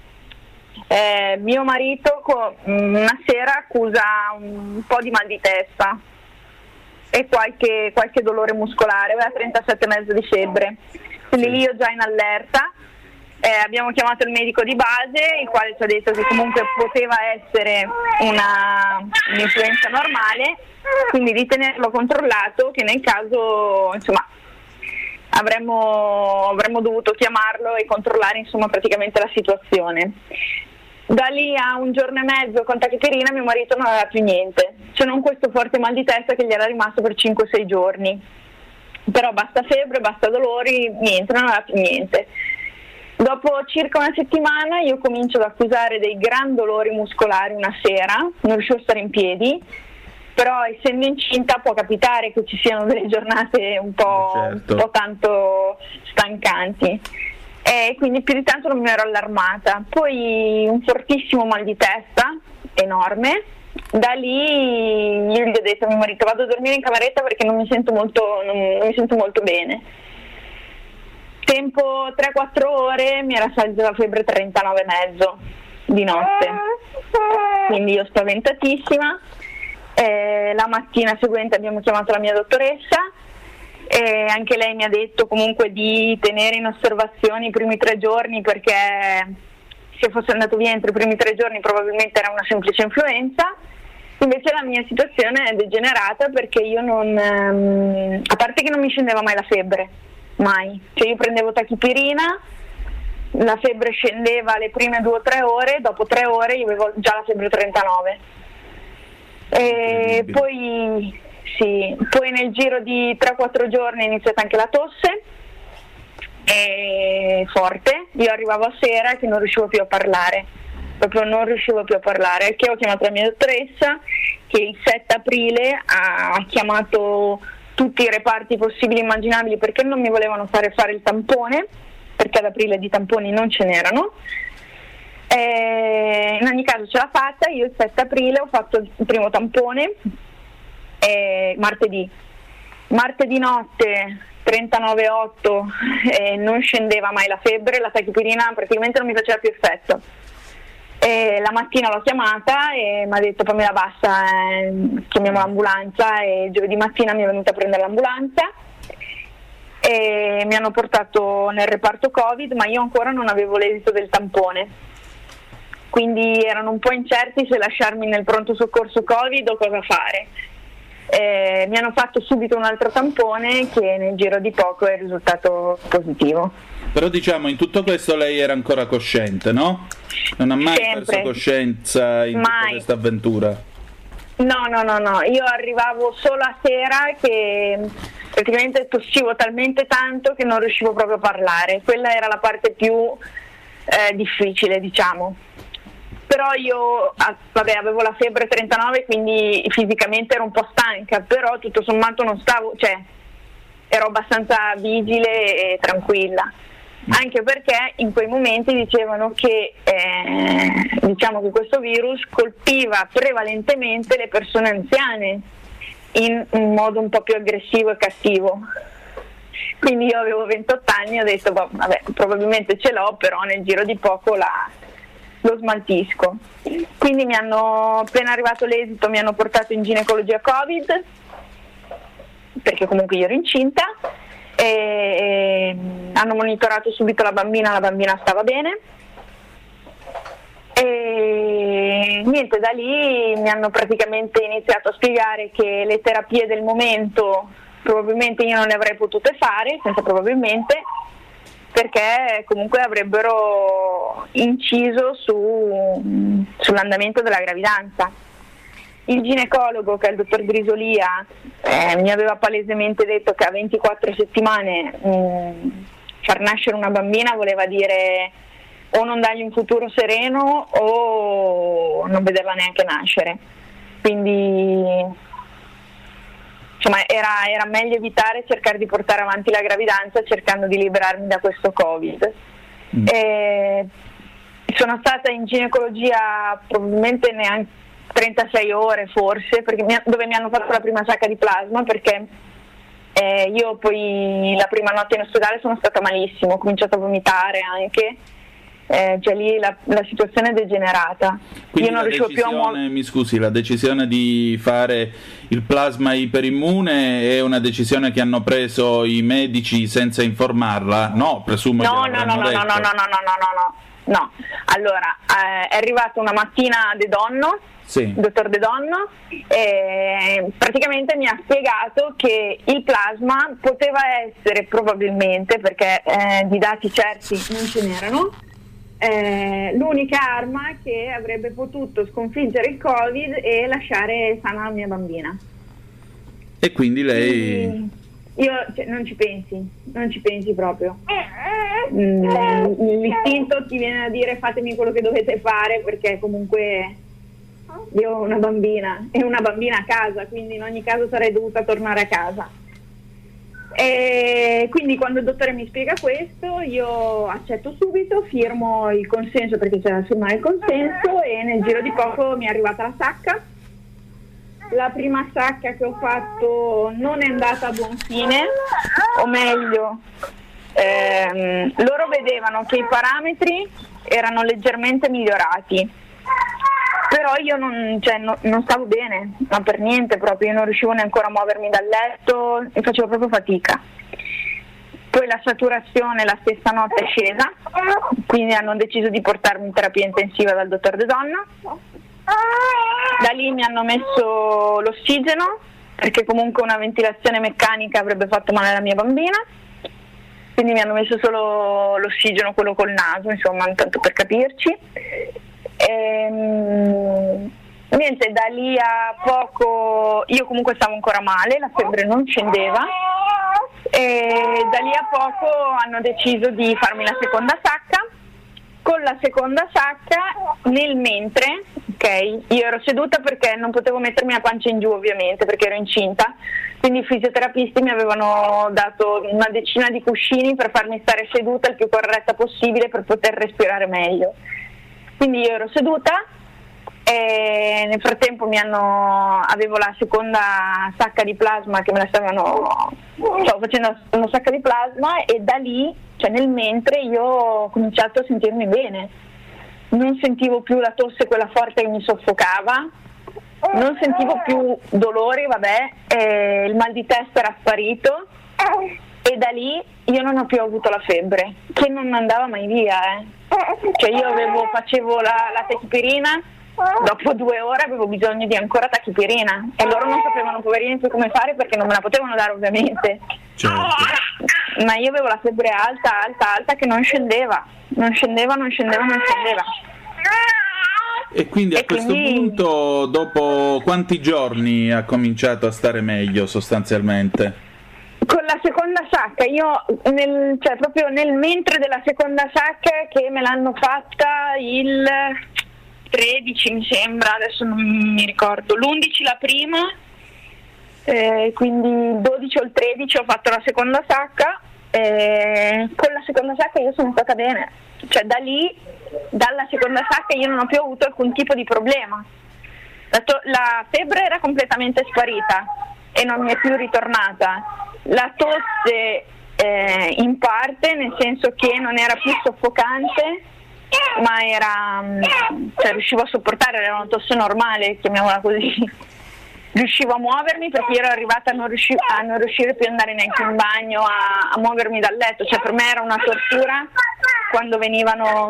mio marito una sera accusa un po' di mal di testa e qualche dolore muscolare, aveva 37,5 di febbre, quindi lì io già in allerta, abbiamo chiamato il medico di base, il quale ci ha detto che comunque poteva essere un'influenza normale, quindi di tenerlo controllato, che nel caso insomma avremmo dovuto chiamarlo e controllare insomma praticamente la situazione. Da lì a 1 giorno e mezzo con tachipirina mio marito non aveva più niente, cioè non questo forte mal di testa che gli era rimasto per 5-6 giorni, però basta febbre, basta dolori, niente, non aveva più niente. Dopo circa una settimana io comincio ad accusare dei gran dolori muscolari una sera, non riuscivo a stare in piedi, però essendo incinta può capitare che ci siano delle giornate un po' tanto stancanti e quindi più di tanto non mi ero allarmata. Poi un fortissimo mal di testa enorme, da lì io gli ho detto a mio marito vado a dormire in cameretta perché non mi sento molto bene. Tempo 3-4 ore mi era salita la febbre 39,5 di notte, quindi io spaventatissima. La mattina seguente abbiamo chiamato la mia dottoressa e anche lei mi ha detto comunque di tenere in osservazione i primi 3 giorni perché se fosse andato via entro i primi 3 giorni probabilmente era una semplice influenza. Invece la mia situazione è degenerata perché io a parte che non mi scendeva mai la febbre, mai, cioè io prendevo tachipirina, la febbre scendeva le prime 2 o 3 ore, dopo 3 ore io avevo già la febbre 39. E poi nel giro di 3-4 giorni è iniziata anche la tosse forte, io arrivavo a sera che non riuscivo più a parlare, proprio non riuscivo più a parlare, che ho chiamato la mia dottoressa che il 7 aprile ha chiamato tutti i reparti possibili e immaginabili perché non mi volevano fare il tampone, perché ad aprile di tamponi non ce n'erano. In ogni caso ce l'ha fatta, io il 7 aprile ho fatto il primo tampone martedì notte 39,8 non scendeva mai la febbre, la tachipirina praticamente non mi faceva più effetto. La mattina l'ho chiamata e mi ha detto Pamela basta, chiamiamo l'ambulanza, e giovedì mattina mi è venuta a prendere l'ambulanza e mi hanno portato nel reparto Covid, ma io ancora non avevo l'esito del tampone, quindi erano un po' incerti se lasciarmi nel pronto soccorso Covid o cosa fare. Mi hanno fatto subito un altro tampone che nel giro di poco è risultato positivo. Però diciamo, in tutto questo lei era ancora cosciente, no? Non ha mai perso coscienza in tutta questa avventura? No, io arrivavo solo a sera che praticamente tossivo talmente tanto che non riuscivo proprio a parlare, quella era la parte più difficile, diciamo. Però io avevo la febbre 39, quindi fisicamente ero un po' stanca, però tutto sommato non stavo, ero abbastanza vigile e tranquilla, anche perché in quei momenti dicevano che diciamo che questo virus colpiva prevalentemente le persone anziane in un modo un po' più aggressivo e cattivo. Quindi io avevo 28 anni e ho detto vabbè, probabilmente ce l'ho, però nel giro di poco lo smaltisco. Quindi appena arrivato l'esito mi hanno portato in ginecologia Covid, perché comunque io ero incinta, e hanno monitorato subito la bambina stava bene, e niente, da lì mi hanno praticamente iniziato a spiegare che le terapie del momento probabilmente io non le avrei potute fare, senza probabilmente, perché comunque avrebbero inciso sull'andamento della gravidanza. Il ginecologo, che è il dottor Grisolia, mi aveva palesemente detto che a 24 settimane far nascere una bambina voleva dire o non dargli un futuro sereno o non vederla neanche nascere. Quindi insomma era meglio evitare, cercare di portare avanti la gravidanza cercando di liberarmi da questo Covid. Sono stata in ginecologia probabilmente neanche 36 ore forse, dove mi hanno fatto la prima sacca di plasma, perché io poi la prima notte in ospedale sono stata malissimo, ho cominciato a vomitare anche, lì la situazione è degenerata. Quindi io non riuscivo più a muovere. Mi scusi, la decisione di fare il plasma iperimmune è una decisione che hanno preso i medici senza informarla? No, presumo che l'avranno detto. No. Allora, è arrivato una mattina De Donno, il dottor De Donno, e praticamente mi ha spiegato che il plasma poteva essere probabilmente, perché di dati certi non ce n'erano, l'unica arma che avrebbe potuto sconfiggere il Covid e lasciare sana la mia bambina. E quindi lei... Io non ci pensi proprio. L'istinto ti viene a dire fatemi quello che dovete fare, perché comunque io ho una bambina e una bambina a casa, quindi in ogni caso sarei dovuta tornare a casa. E quindi quando il dottore mi spiega questo io accetto subito, firmo il consenso perché c'è da firmare il consenso, e nel giro di poco mi è arrivata la sacca. La prima sacca che ho fatto non è andata a buon fine, o meglio, loro vedevano che i parametri erano leggermente migliorati, però io non stavo bene, ma per niente proprio, io non riuscivo neanche a muovermi dal letto e facevo proprio fatica. Poi la saturazione la stessa notte è scesa, quindi hanno deciso di portarmi in terapia intensiva dal dottor De Donno. Da lì mi hanno messo l'ossigeno, perché comunque una ventilazione meccanica avrebbe fatto male alla mia bambina, quindi mi hanno messo solo l'ossigeno, quello col naso, insomma, tanto per capirci. Niente, da lì a poco io comunque stavo ancora male, la febbre non scendeva, e da lì a poco hanno deciso di farmi la seconda sacca. Con la seconda sacca, nel mentre, io ero seduta perché non potevo mettermi la pancia in giù ovviamente, perché ero incinta, quindi i fisioterapisti mi avevano dato una decina di cuscini per farmi stare seduta il più corretta possibile per poter respirare meglio. Quindi io ero seduta e nel frattempo avevo la seconda sacca di plasma che stavo facendo una sacca di plasma, e da lì, nel mentre, io ho cominciato a sentirmi bene. Non sentivo più la tosse quella forte che mi soffocava, non sentivo più dolori, il mal di testa era sparito, e da lì io non ho più avuto la febbre, che non andava mai via. Io facevo la tachipirina, dopo 2 ore avevo bisogno di ancora tachipirina, e loro non sapevano, poverini, più come fare, perché non me la potevano dare ovviamente. Certo. ma io avevo la febbre alta che non scendeva. E quindi a questo punto, dopo quanti giorni ha cominciato a stare meglio sostanzialmente? Con la seconda sacca, io proprio nel mentre della seconda sacca, che me l'hanno fatta il 13 mi sembra, adesso non mi ricordo, l'11 la prima, quindi il 12 o il 13 ho fatto la seconda sacca, con la seconda sacca io sono stata bene, cioè da lì, dalla seconda sacca io non ho più avuto alcun tipo di problema, la febbre era completamente sparita e non mi è più ritornata, la tosse in parte, nel senso che non era più soffocante, ma riuscivo a sopportare, era una tosse normale, chiamiamola così. Riuscivo a muovermi perché io ero arrivata a non riuscire più ad andare neanche in bagno, a muovermi dal letto, cioè per me era una tortura quando venivano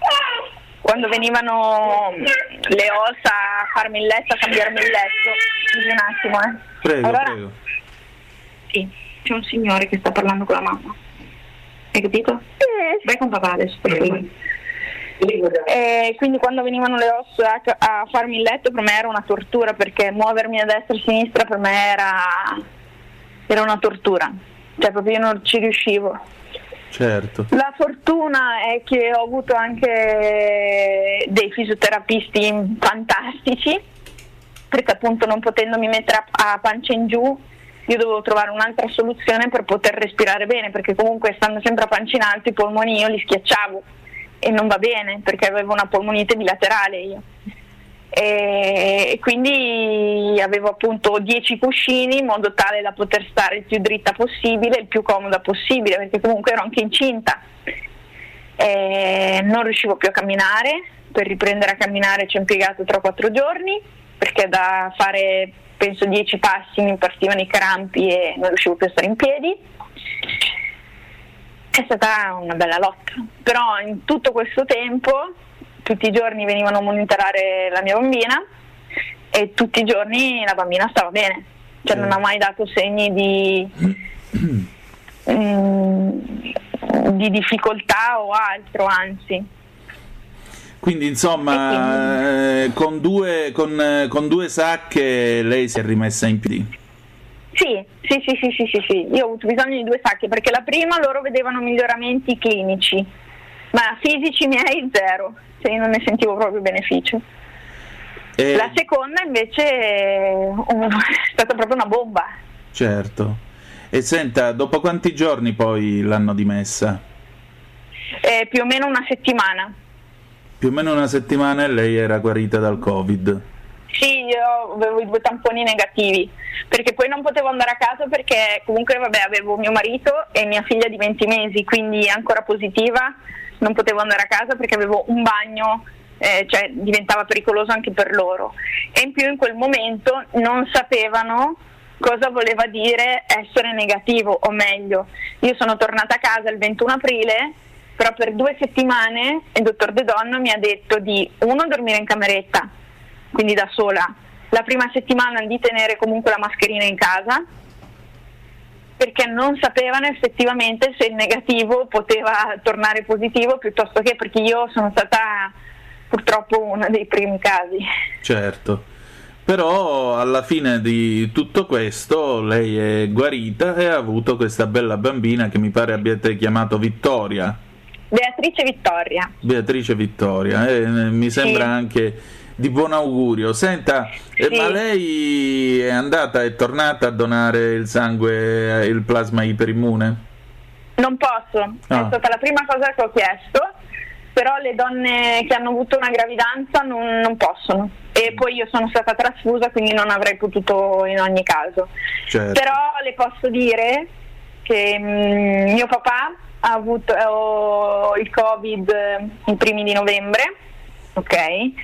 le ossa a farmi il letto, a cambiarmi il letto. Scusi un attimo, Prego. Sì, c'è un signore che sta parlando con la mamma. Hai capito? Vai con papà adesso, per favore. Quindi quando venivano le ossa a farmi il letto per me era una tortura, perché muovermi a destra e a sinistra per me era una tortura, cioè proprio io non ci riuscivo. Certo. La fortuna è che ho avuto anche dei fisioterapisti fantastici, perché appunto non potendomi mettere a pancia in giù io dovevo trovare un'altra soluzione per poter respirare bene, perché comunque stando sempre a pancia in alto i polmoni io li schiacciavo e non va bene, perché avevo una polmonite bilaterale io, e quindi avevo appunto 10 cuscini in modo tale da poter stare il più dritta possibile, il più comoda possibile, perché comunque ero anche incinta, non riuscivo più a camminare. Per riprendere a camminare ci ho impiegato 3 o 4 giorni, perché da fare penso 10 passi mi partivano i crampi e non riuscivo più a stare in piedi. È stata una bella lotta, però in tutto questo tempo tutti i giorni venivano a monitorare la mia bambina e tutti i giorni la bambina stava bene, cioè non ha mai dato segni di difficoltà o altro, anzi. Quindi insomma con due sacche lei si è rimessa in piedi? Sì, io ho avuto bisogno di 2 sacche, perché la prima loro vedevano miglioramenti clinici, ma fisici miei zero, cioè io non ne sentivo proprio beneficio. La seconda invece è stata proprio una bomba. Certo. E senta, dopo quanti giorni poi l'hanno dimessa? Più o meno una settimana. Più o meno una settimana e lei era guarita dal Covid? Sì, io avevo i 2 tamponi negativi, perché poi non potevo andare a casa perché comunque avevo mio marito e mia figlia di 20 mesi, quindi ancora positiva, non potevo andare a casa perché avevo un bagno, cioè diventava pericoloso anche per loro, e in più in quel momento non sapevano cosa voleva dire essere negativo, o meglio, io sono tornata a casa il 21 aprile, però per 2 settimane il dottor De Donno mi ha detto di dormire in cameretta, quindi da sola, la prima settimana di tenere comunque la mascherina in casa, perché non sapevano effettivamente se il negativo poteva tornare positivo, piuttosto che, perché io sono stata purtroppo uno dei primi casi. Certo, però alla fine di tutto questo lei è guarita e ha avuto questa bella bambina che mi pare abbiate chiamato Vittoria. Beatrice Vittoria, mi sembra anche di buon augurio. Senta, ma lei è tornata a donare il sangue, il plasma iperimmune? Non posso, è stata la prima cosa che ho chiesto, però le donne che hanno avuto una gravidanza non possono, e poi io sono stata trasfusa, quindi non avrei potuto in ogni caso. Certo. Però le posso dire che mio papà ha avuto il Covid i primi di novembre, ok?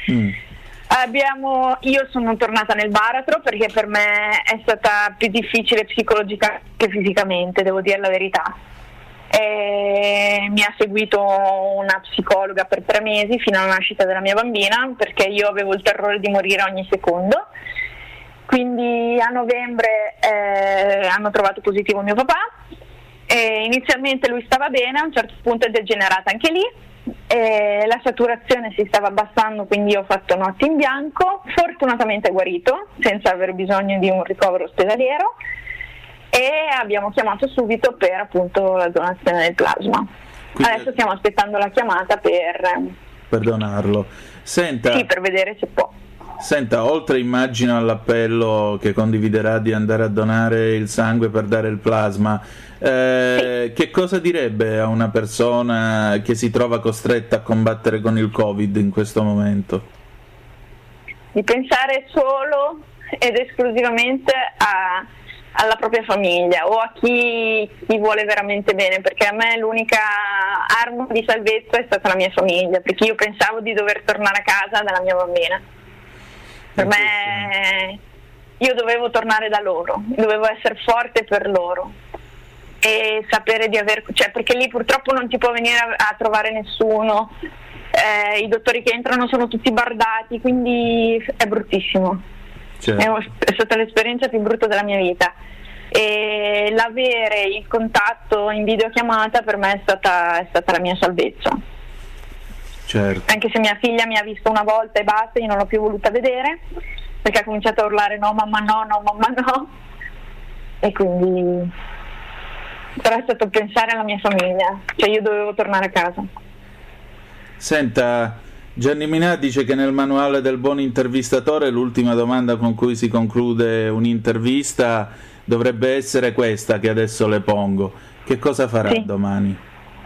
Io sono tornata nel baratro perché per me è stata più difficile psicologicamente che fisicamente, devo dire la verità. Mi ha seguito una psicologa per 3 mesi fino alla nascita della mia bambina, perché io avevo il terrore di morire ogni secondo. Quindi a novembre hanno trovato positivo mio papà E inizialmente lui stava bene, a un certo punto è degenerata anche lì, e la saturazione si stava abbassando, quindi ho fatto notti in bianco, fortunatamente è guarito senza aver bisogno di un ricovero ospedaliero, e abbiamo chiamato subito per appunto la donazione del plasma. Quindi adesso stiamo aspettando la chiamata per donarlo. Senta, sì, per vedere se può. Senta, oltre immagino all'appello che condividerà di andare a donare il sangue per dare il plasma, sì, che cosa direbbe a una persona che si trova costretta a combattere con il Covid in questo momento? Di pensare solo ed esclusivamente alla propria famiglia o a chi vuole veramente bene, perché a me l'unica arma di salvezza è stata la mia famiglia, perché io pensavo di dover tornare a casa dalla mia bambina. Per me io dovevo tornare da loro, dovevo essere forte per loro e sapere di perché lì purtroppo non ti può venire a trovare nessuno, i dottori che entrano sono tutti bardati, quindi è bruttissimo. Certo. È stata l'esperienza più brutta della mia vita, e l'avere il contatto in videochiamata per me è stata la mia salvezza. Certo. Anche se mia figlia mi ha visto una volta e basta, io non l'ho più voluta vedere perché ha cominciato a urlare no mamma no, e quindi però è stato pensare alla mia famiglia, cioè io dovevo tornare a casa. Senta, Gianni Minà dice che nel manuale del buon intervistatore l'ultima domanda con cui si conclude un'intervista dovrebbe essere questa che adesso le pongo: che cosa farà domani?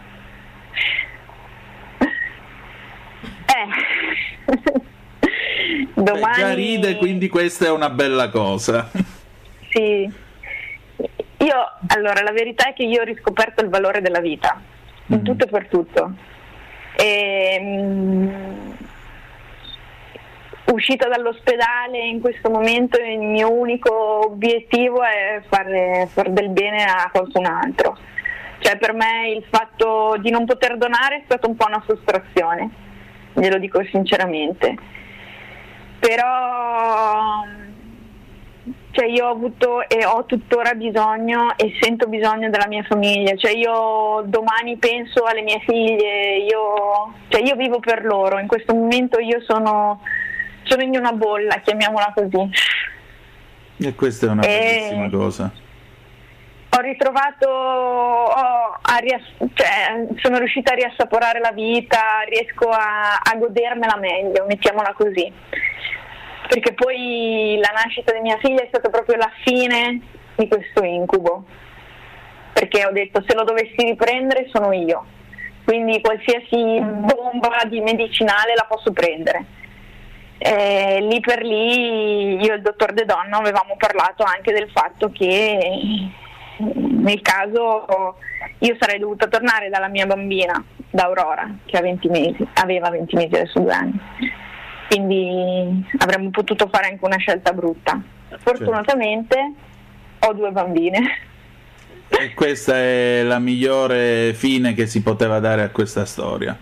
Domani... già ride, quindi questa è una bella cosa. Sì, allora la verità è che io ho riscoperto il valore della vita in tutto e per tutto, uscita dall'ospedale in questo momento il mio unico obiettivo è far del bene a qualcun altro, cioè per me il fatto di non poter donare è stata un po' una frustrazione, glielo dico sinceramente, però cioè io ho avuto e ho tuttora bisogno e sento bisogno della mia famiglia, cioè io domani penso alle mie figlie, io vivo per loro, in questo momento io sono in una bolla, chiamiamola così. E questa è una bellissima cosa. Ho ritrovato, sono riuscita a riassaporare la vita, riesco a godermela meglio, mettiamola così. Perché poi la nascita di mia figlia è stata proprio la fine di questo incubo, perché ho detto se lo dovessi riprendere sono io, quindi qualsiasi bomba di medicinale la posso prendere. Lì per lì io e il dottor De Donno avevamo parlato anche del fatto che nel caso io sarei dovuta tornare dalla mia bambina, da Aurora, che aveva 20 mesi, adesso 2 anni. Quindi avremmo potuto fare anche una scelta brutta. Fortunatamente ho 2 bambine. E questa è la migliore fine che si poteva dare a questa storia.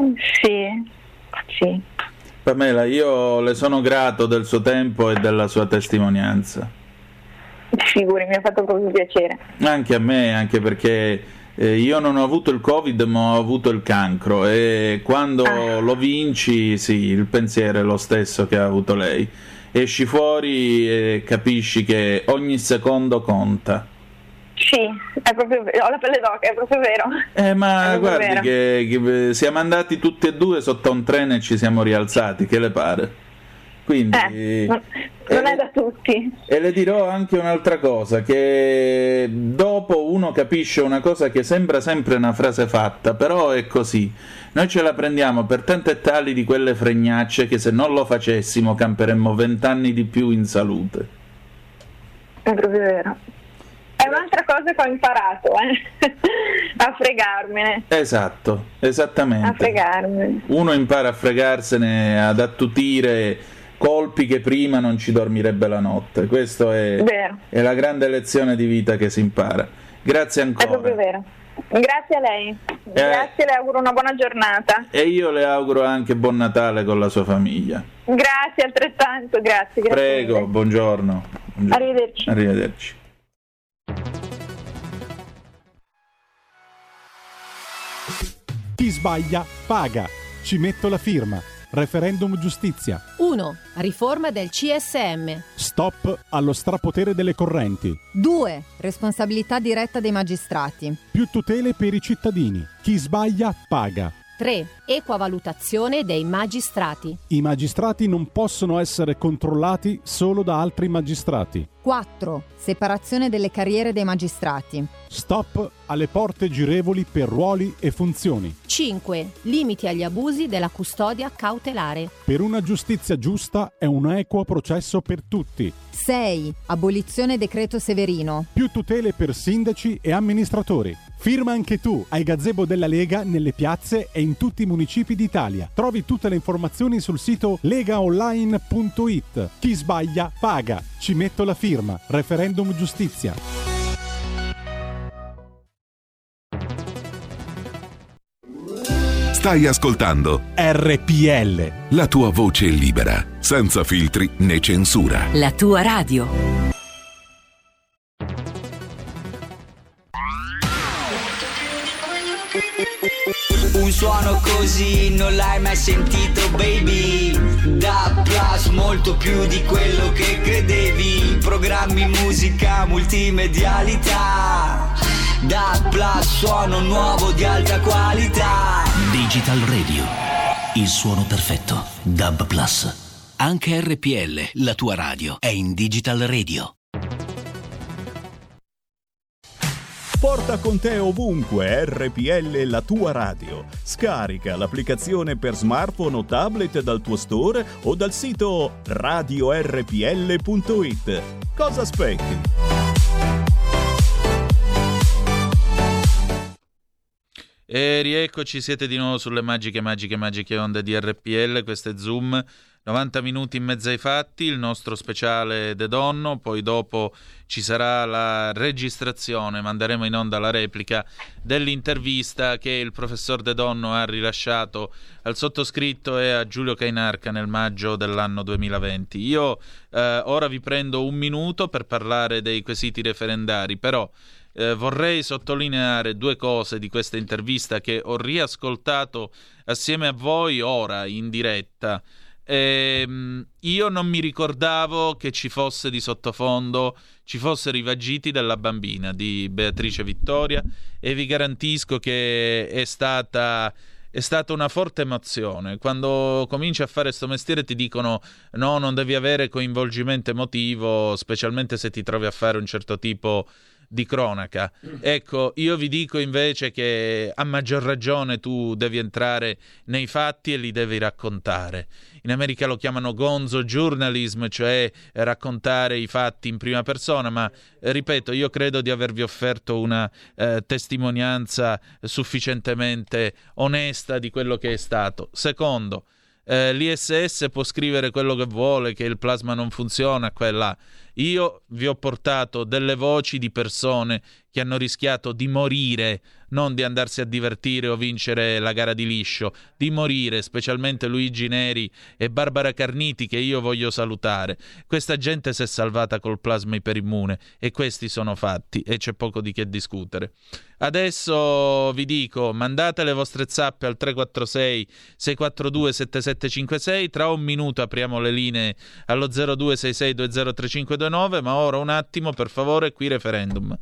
Sì. Pamela, io le sono grato del suo tempo e della sua testimonianza. Figuri, mi ha fatto proprio piacere. Anche a me, anche perché io non ho avuto il Covid ma ho avuto il cancro, e quando lo vinci, sì, il pensiero è lo stesso che ha avuto lei. Esci fuori e capisci che ogni secondo conta. Sì, è proprio vero, ho la pelle d'oca, è proprio vero. Ma guardi che siamo andati tutti e 2 sotto un treno e ci siamo rialzati, che le pare? Quindi non è da tutti. E le dirò anche un'altra cosa, che dopo uno capisce una cosa che sembra sempre una frase fatta, però è così. Noi ce la prendiamo per tante e tali di quelle fregnacce che se non lo facessimo camperemmo 20 anni di più in salute. È proprio vero. È un'altra cosa che ho imparato, a fregarmene. Esatto, esattamente. A fregarmene. Uno impara a fregarsene, ad attutire colpi che prima non ci dormirebbe la notte. Questo è la grande lezione di vita che si impara. Grazie ancora. È proprio vero. Grazie a lei. Grazie, le auguro una buona giornata. E io le auguro anche buon Natale con la sua famiglia. Grazie altrettanto, grazie. Prego, buongiorno. Arrivederci. Arrivederci. sbaglia paga. Ci metto la firma. Referendum giustizia. 1. Riforma del CSM. Stop allo strapotere delle correnti. 2. Responsabilità diretta dei magistrati. Più tutele per i cittadini. Chi sbaglia paga. 3. Equa valutazione dei magistrati. I magistrati non possono essere controllati solo da altri magistrati. 4. Separazione delle carriere dei magistrati. Stop alle porte girevoli per ruoli e funzioni. 5. Limiti agli abusi della custodia cautelare. Per una giustizia giusta e un equo processo per tutti. 6. Abolizione decreto Severino. Più tutele per sindaci e amministratori. Firma anche tu ai gazebo della Lega nelle piazze e in tutti i municipi d'Italia. Trovi tutte le informazioni sul sito legaonline.it. Chi sbaglia paga. Ci metto la firma. Referendum giustizia. Stai ascoltando RPL. La tua voce libera, senza filtri né censura. La tua radio. Un suono così non l'hai mai sentito, baby. Da Plus, molto più di quello che credevi. Programmi, musica, multimedialità. Da Plus, suono nuovo di alta qualità. Digital Radio, il suono perfetto. DAB Plus. Anche RPL, la tua radio, è in Digital Radio. Porta con te ovunque RPL, la tua radio. Scarica l'applicazione per smartphone o tablet dal tuo store o dal sito radiorpl.it. Cosa aspetti? E rieccoci, siete di nuovo sulle magiche onde di RPL. Questo è Zoom, 90 minuti in mezzo ai fatti, il nostro speciale De Donno, poi dopo ci sarà la registrazione, manderemo in onda la replica dell'intervista che il professor De Donno ha rilasciato al sottoscritto e a Giulio Cainarca nel maggio dell'anno 2020. Io ora vi prendo un minuto per parlare dei quesiti referendari, però vorrei sottolineare due cose di questa intervista che ho riascoltato assieme a voi ora in diretta. Io non mi ricordavo che ci fosse di sottofondo, ci fossero i vagiti della bambina di Beatrice Vittoria, e vi garantisco che è stata una forte emozione. Quando cominci a fare sto mestiere ti dicono no, non devi avere coinvolgimento emotivo, specialmente se ti trovi a fare un certo tipo di cronaca. Ecco, io vi dico invece che a maggior ragione tu devi entrare nei fatti e li devi raccontare. In America lo chiamano gonzo journalism, cioè raccontare i fatti in prima persona, ma ripeto, io credo di avervi offerto una testimonianza sufficientemente onesta di quello che è stato. Secondo, l'ISS può scrivere quello che vuole, che il plasma non funziona, quella. Io vi ho portato delle voci di persone che hanno rischiato di morire, non di andarsi a divertire o vincere la gara di liscio, di morire, specialmente Luigi Neri e Barbara Carniti, che io voglio salutare. Questa gente si è salvata col plasma iperimmune e questi sono fatti e c'è poco di che discutere. Adesso vi dico, mandate le vostre zappe al 346 642 7756, tra un minuto apriamo le linee allo 0266203529, ma ora un attimo per favore, qui referendum.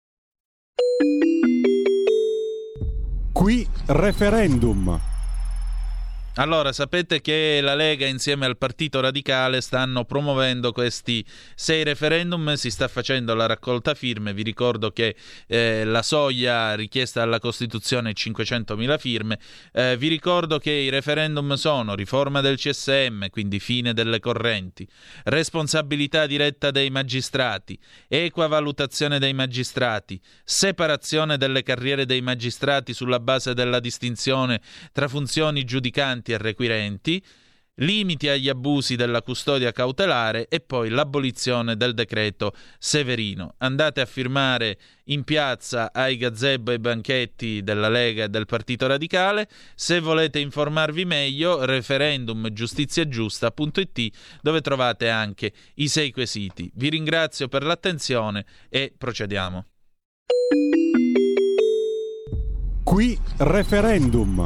Qui referendum. Allora, sapete che la Lega insieme al Partito Radicale stanno promuovendo questi 6 referendum, si sta facendo la raccolta firme. Vi ricordo che la soglia richiesta dalla Costituzione è 500.000 firme. Vi ricordo che i referendum sono riforma del CSM, quindi fine delle correnti, responsabilità diretta dei magistrati, equa valutazione dei magistrati, separazione delle carriere dei magistrati sulla base della distinzione tra funzioni giudicanti e requirenti, limiti agli abusi della custodia cautelare e poi l'abolizione del decreto Severino. Andate a firmare in piazza ai gazebo e ai banchetti della Lega e del Partito Radicale. Se volete informarvi meglio, referendumgiustiziagiusta.it, dove trovate anche i 6 quesiti. Vi ringrazio per l'attenzione e procediamo. Qui referendum.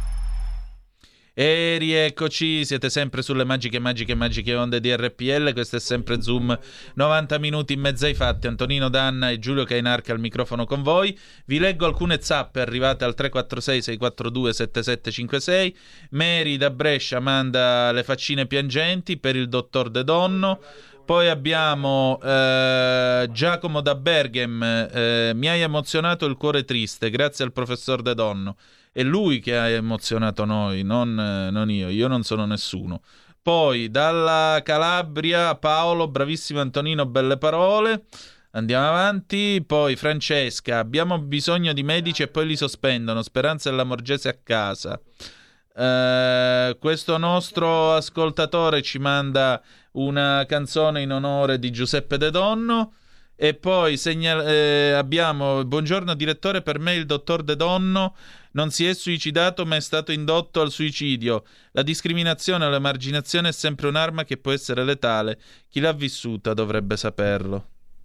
E rieccoci, siete sempre sulle magiche onde di RPL. Questo è sempre Zoom, 90 minuti in mezzo ai fatti. Antonino Danna e Giulio Cainarca al microfono con voi. Vi leggo alcune zappe arrivate al 346-642-7756. Mary da Brescia manda le faccine piangenti per il dottor De Donno. Poi abbiamo Giacomo da Berghem, mi hai emozionato il cuore triste, grazie al professor De Donno. È lui che ha emozionato noi, non io non sono nessuno. Poi dalla Calabria Paolo, bravissimo Antonino, belle parole. Andiamo avanti. Poi Francesca, abbiamo bisogno di medici e poi li sospendono, Speranza e Lamorgese a casa. Questo nostro ascoltatore ci manda una canzone in onore di Giuseppe De Donno. E poi abbiamo: buongiorno direttore, per me il dottor De Donno non si è suicidato ma è stato indotto al suicidio. La discriminazione o l'emarginazione è sempre un'arma che può essere letale. Chi l'ha vissuta dovrebbe saperlo.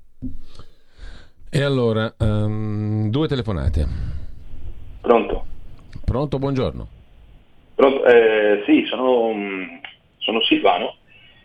E allora, 2 telefonate. Pronto, buongiorno. Pronto, sì, sono Silvano.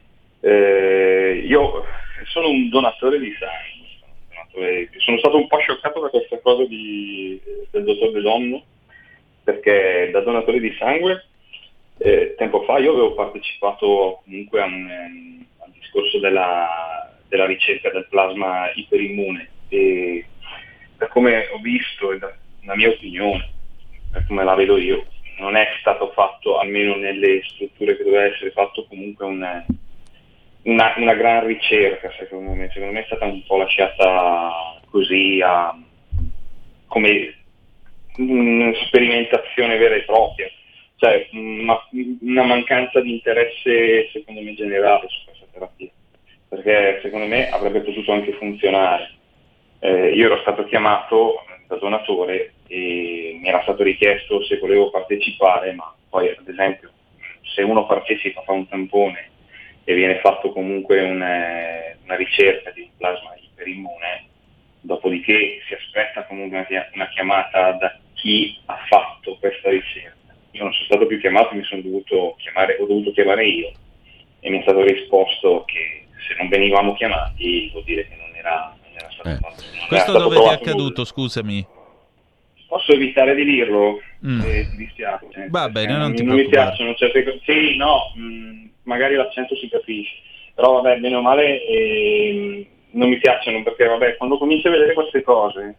Io sono un donatore di sangue. Sono stato un po' scioccato da questa cosa del dottor De Donno, perché da donatore di sangue tempo fa io avevo partecipato comunque al discorso della ricerca del plasma iperimmune, e per come ho visto e la mia opinione, per come la vedo io, non è stato fatto, almeno nelle strutture che doveva essere fatto, comunque una gran ricerca. Secondo me è stata un po' lasciata così come sperimentazione vera e propria, cioè una mancanza di interesse secondo me generale su questa terapia, perché secondo me avrebbe potuto anche funzionare. Io ero stato chiamato da donatore e mi era stato richiesto se volevo partecipare, ma poi ad esempio se uno partecipa, fa un tampone e viene fatto comunque una ricerca di un plasma iperimmune, dopodiché si aspetta comunque una chiamata da chi ha fatto questa ricerca. Io non sono stato più chiamato, ho dovuto chiamare io, e mi è stato risposto che se non venivamo chiamati vuol dire che non era stato fatto. Questo dove ti è accaduto, scusami? Posso evitare di dirlo? Ti dispiace. Va bene, non ti mi preoccupare. piacciono certe cose. Sì, no, magari l'accento si capisce, però vabbè, bene o male non mi piacciono, perché vabbè, quando cominci a vedere queste cose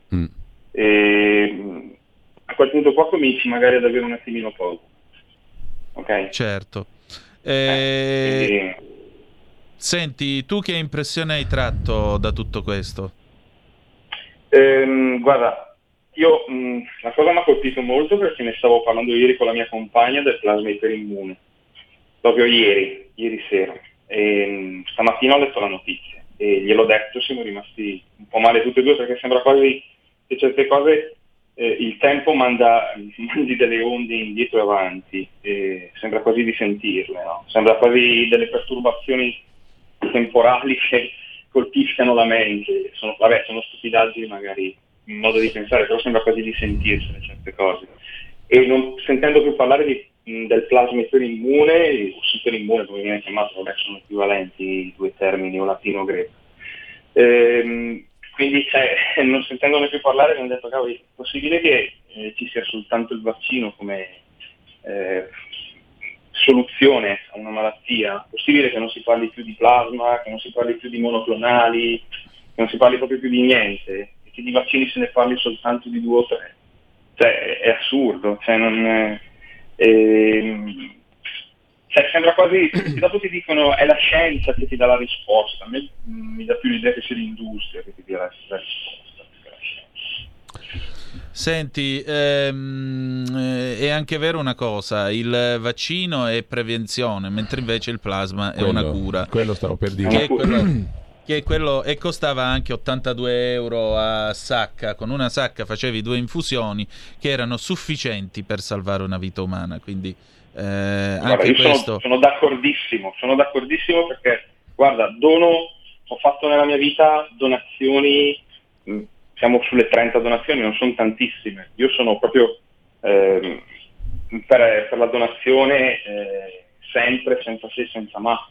a quel punto qua cominci magari ad avere un attimino paura. Ok? Certo. Quindi... Senti, tu che impressione hai tratto da tutto questo? Guarda, io la cosa mi ha colpito molto perché ne stavo parlando ieri con la mia compagna del plasma iperimmune, proprio ieri sera, e stamattina ho letto la notizia e gliel'ho detto, siamo rimasti un po' male tutti e due, perché sembra quasi che certe cose il tempo mandi delle onde indietro e avanti, e sembra quasi di sentirle, no? Sembra quasi delle perturbazioni temporali che colpiscano la mente. Sono stupidaggini magari in modo di pensare, però sembra quasi di sentirsene certe cose. E non sentendo più parlare del plasma iperimmune o superimmune, come viene chiamato, vabbè, sono equivalenti i due termini, o latino o greco. Quindi non sentendone più parlare mi hanno detto: cavolo, è possibile che ci sia soltanto il vaccino come soluzione a una malattia? È possibile che non si parli più di plasma, che non si parli più di monoclonali, che non si parli proprio più di niente, e che di vaccini se ne parli soltanto di 2 o 3? Cioè, è assurdo, sembra quasi, dopo ti dicono è la scienza che ti dà la risposta. A me mi dà più l'idea che sia l'industria che ti dia la risposta che la scienza. Senti, è anche vero una cosa: il vaccino è prevenzione, mentre invece il plasma è una cura. Quello stavo per dire. E costava anche 82 euro a sacca. Con una sacca facevi 2 infusioni che erano sufficienti per salvare una vita umana. Quindi guarda, anche io questo... sono d'accordissimo perché, guarda, ho fatto nella mia vita donazioni siamo sulle 30 donazioni, non sono tantissime. Io sono proprio per la donazione sempre, senza se, senza ma.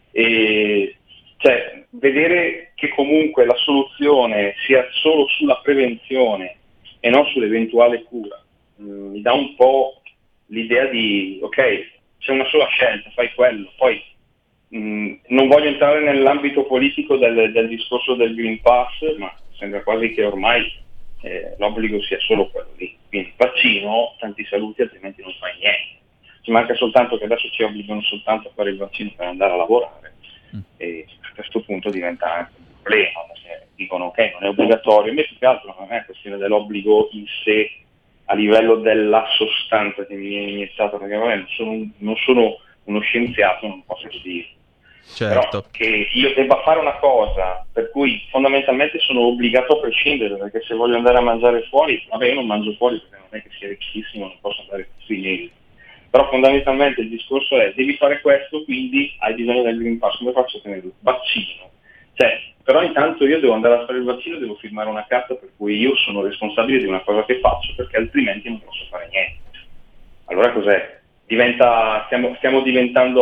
E cioè, vedere che comunque la soluzione sia solo sulla prevenzione e non sull'eventuale cura, mi dà un po' l'idea di, ok, c'è una sola scelta, fai quello. Poi non voglio entrare nell'ambito politico del discorso del Green Pass, ma sembra quasi che ormai l'obbligo sia solo quello lì. Quindi vaccino, tanti saluti, altrimenti non fai niente. Ci manca soltanto che adesso ci obbligano soltanto a fare il vaccino per andare a lavorare, e a questo punto diventa anche un problema, perché dicono ok, non è obbligatorio, invece più che altro non è questione dell'obbligo in sé a livello della sostanza che mi viene iniziata, perché vabbè, non sono uno scienziato, non posso dire. Certo. Però che io debba fare una cosa per cui fondamentalmente sono obbligato a prescindere, perché se voglio andare a mangiare fuori, vabbè, io non mangio fuori perché non è che sia ricchissimo, non posso andare tutti i mesi. Però fondamentalmente il discorso è: devi fare questo, quindi hai bisogno del Green Pass. Come faccio a tenere il vaccino? Cioè, però intanto io devo andare a fare il vaccino, devo firmare una carta per cui io sono responsabile di una cosa che faccio, perché altrimenti non posso fare niente. Allora cos'è? Stiamo diventando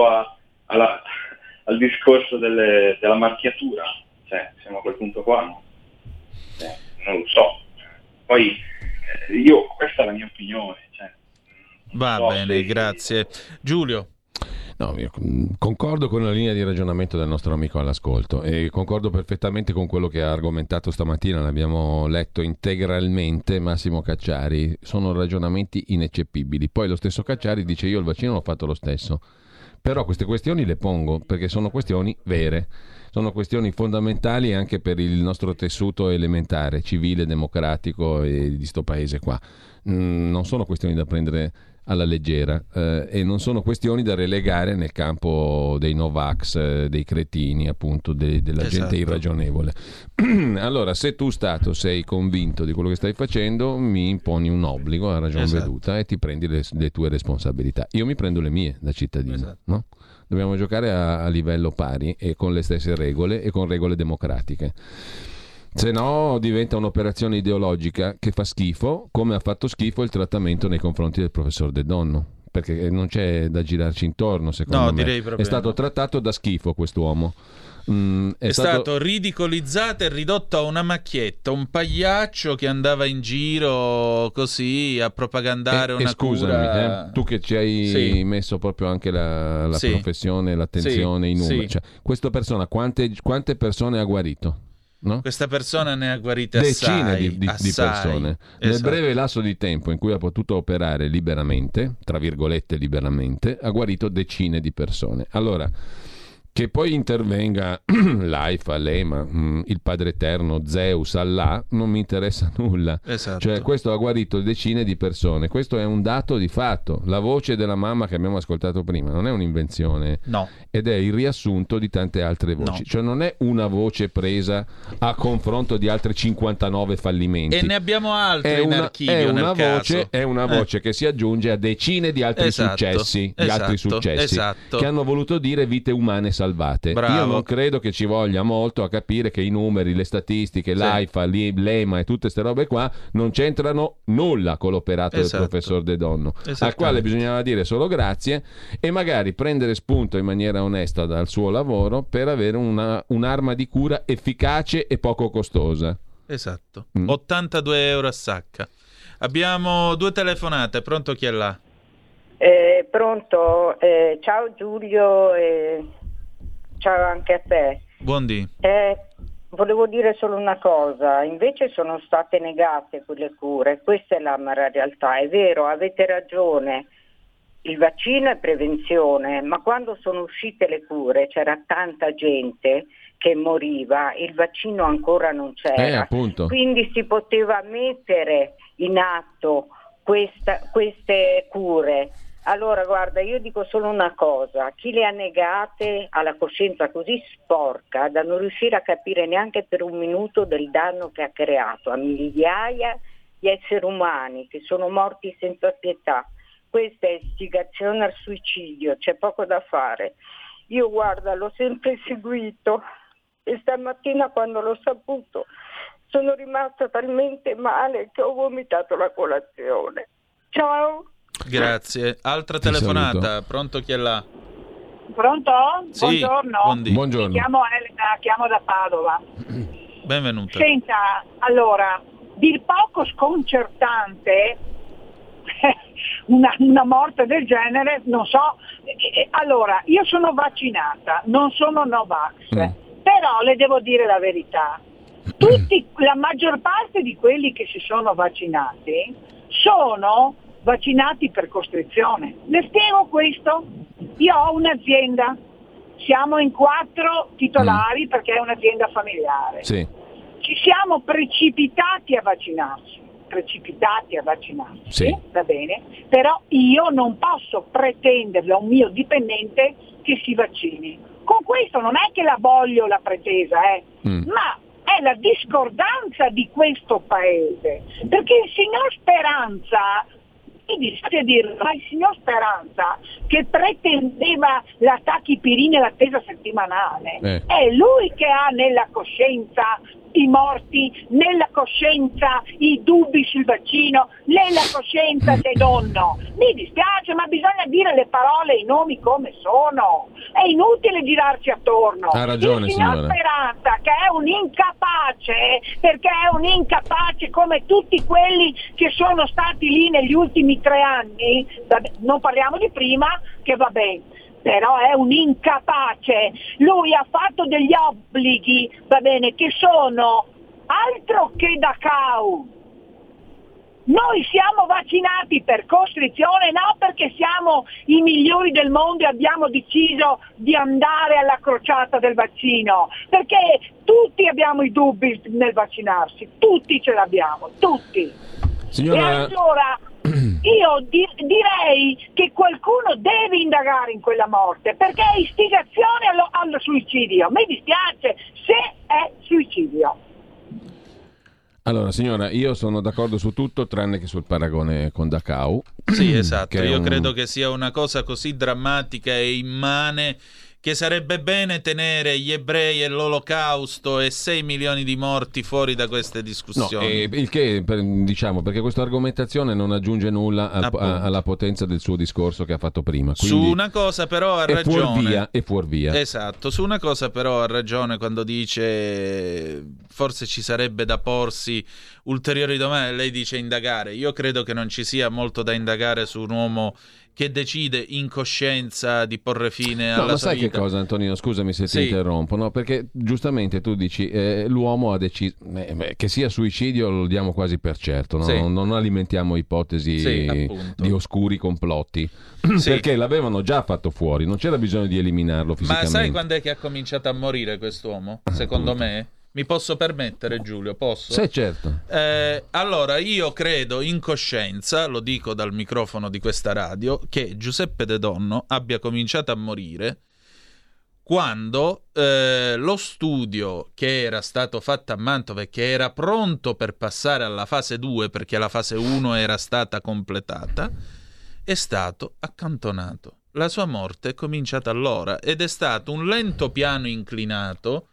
al discorso della marchiatura, cioè siamo a quel punto qua, no? Non lo so. Poi questa è la mia opinione. Va bene, grazie. Giulio. No, io concordo con la linea di ragionamento del nostro amico all'ascolto e concordo perfettamente con quello che ha argomentato stamattina, l'abbiamo letto integralmente Massimo Cacciari, sono ragionamenti ineccepibili. Poi lo stesso Cacciari dice: io il vaccino l'ho fatto lo stesso, però queste questioni le pongo perché sono questioni vere, sono questioni fondamentali anche per il nostro tessuto elementare, civile, democratico di sto paese qua. Non sono questioni da prendere alla leggera e non sono questioni da relegare nel campo dei Novax, dei cretini, appunto, della gente irragionevole. Allora, se tu Stato sei convinto di quello che stai facendo, mi imponi un obbligo a ragion veduta e ti prendi le tue responsabilità. Io mi prendo le mie da cittadino, no? Dobbiamo giocare a livello pari e con le stesse regole e con regole democratiche. Se no diventa un'operazione ideologica che fa schifo, come ha fatto schifo il trattamento nei confronti del professor De Donno, perché non c'è da girarci intorno, secondo me. Direi proprio è stato trattato da schifo quest'uomo. È stato ridicolizzato e ridotto a una macchietta, un pagliaccio che andava in giro così a propagandare una scusami, tu che ci hai messo proprio anche la professione, l'attenzione, i numeri. Cioè, questa persona quante persone ha guarito? No? Questa persona ne ha guarite decine assai, di persone nel breve lasso di tempo in cui ha potuto operare liberamente, tra virgolette liberamente, ha guarito decine di persone. Allora, che poi intervenga l'AIFA, l'EMA, il Padre Eterno, Zeus, Allah, non mi interessa nulla. Cioè, questo ha guarito decine di persone. Questo è un dato di fatto. La voce della mamma che abbiamo ascoltato prima non è un'invenzione, no, ed è il riassunto di tante altre voci. Cioè, non è una voce presa a confronto di altre 59 fallimenti. E ne abbiamo altre in archivio nel caso. È una voce che si aggiunge a decine di altri successi, che hanno voluto dire vite umane salvate. Bravo. Io non credo che ci voglia molto a capire che i numeri, le statistiche, l'AIFA, l'EMA e tutte queste robe qua non c'entrano nulla con l'operato del professor De Donno, al quale bisognava dire solo grazie e magari prendere spunto in maniera onesta dal suo lavoro per avere un'arma di cura efficace e poco costosa. 82 euro a sacca. Abbiamo 2 telefonate. Pronto, chi è là? Pronto, ciao Giulio, ciao anche a te. Buondì. Volevo dire solo una cosa: invece sono state negate quelle cure, questa è l'amara realtà. È vero, avete ragione, il vaccino è prevenzione, ma quando sono uscite le cure c'era tanta gente che moriva, il vaccino ancora non c'era, appunto. Quindi si poteva mettere in atto queste cure. Allora guarda, io dico solo una cosa: chi le ha negate ha la coscienza così sporca da non riuscire a capire neanche per un minuto del danno che ha creato a migliaia di esseri umani che sono morti senza pietà. Questa è istigazione al suicidio, c'è poco da fare. Io guarda, l'ho sempre seguito e stamattina quando l'ho saputo sono rimasta talmente male che ho vomitato la colazione. Ciao. Grazie. Altra telefonata. Pronto, chi è là? Pronto? Sì, Buongiorno. Buongiorno. Mi chiamo Elena, chiamo da Padova. Benvenuta. Senta, allora, dir poco sconcertante una morte del genere, non so. Allora, io sono vaccinata, non sono Novax, però le devo dire la verità. La maggior parte di quelli che si sono vaccinati sono vaccinati per costrizione. Le spiego questo. Io ho un'azienda, siamo in 4 titolari perché è un'azienda familiare. Sì. Ci siamo precipitati a vaccinarci, sì. Va bene, però io non posso pretendere a un mio dipendente che si vaccini. Con questo non è che la voglio la pretesa, ma è la discordanza di questo paese, perché il signor Speranza, mi dispiace dirlo, ma il signor Speranza che pretendeva la tachipirina e l'attesa settimanale, è lui che ha nella coscienza i morti, nella coscienza i dubbi sul vaccino, nella coscienza se donno. Mi dispiace, ma bisogna dire le parole e i nomi come sono. È inutile girarci attorno. Ha ragione, il signor signora. Speranza, che è un incapace, perché è un incapace come tutti quelli che sono stati lì negli ultimi 3 anni, non parliamo di prima, che va bene. Però è un incapace, lui ha fatto degli obblighi, va bene, che sono altro che da cau. Noi siamo vaccinati per costrizione, no perché siamo i migliori del mondo e abbiamo deciso di andare alla crociata del vaccino, perché tutti abbiamo i dubbi nel vaccinarsi, tutti ce l'abbiamo, tutti. Signora... E allora io direi che qualcuno deve indagare in quella morte, perché è istigazione al suicidio. Mi dispiace se è suicidio. Allora, signora, io sono d'accordo su tutto tranne che sul paragone con Dachau. Sì, esatto. Io credo che sia una cosa così drammatica e immane che sarebbe bene tenere gli ebrei e l'olocausto e 6 milioni di morti fuori da queste discussioni. Il che, diciamo, perché questa argomentazione non aggiunge nulla alla potenza del suo discorso che ha fatto prima. Su una cosa però ha ragione. È fuorvia. Esatto, su una cosa però ha ragione quando dice forse ci sarebbe da porsi ulteriori domande. Lei dice indagare. Io credo che non ci sia molto da indagare su un uomo che decide in coscienza di porre fine alla ma sua sai vita. Che cosa, Antonino? Scusami se ti interrompo, no? Perché giustamente tu dici l'uomo ha deciso che sia suicidio, lo diamo quasi per certo, no? Sì. Non alimentiamo ipotesi di oscuri complotti, perché l'avevano già fatto fuori, non c'era bisogno di eliminarlo fisicamente. Ma sai quando è che ha cominciato a morire quest'uomo? Secondo me? Mi posso permettere, Giulio? Posso? Sì, certo. Allora, io credo in coscienza, lo dico dal microfono di questa radio, che Giuseppe De Donno abbia cominciato a morire quando lo studio che era stato fatto a Mantova e che era pronto per passare alla fase 2, perché la fase 1 era stata completata, è stato accantonato. La sua morte è cominciata allora ed è stato un lento piano inclinato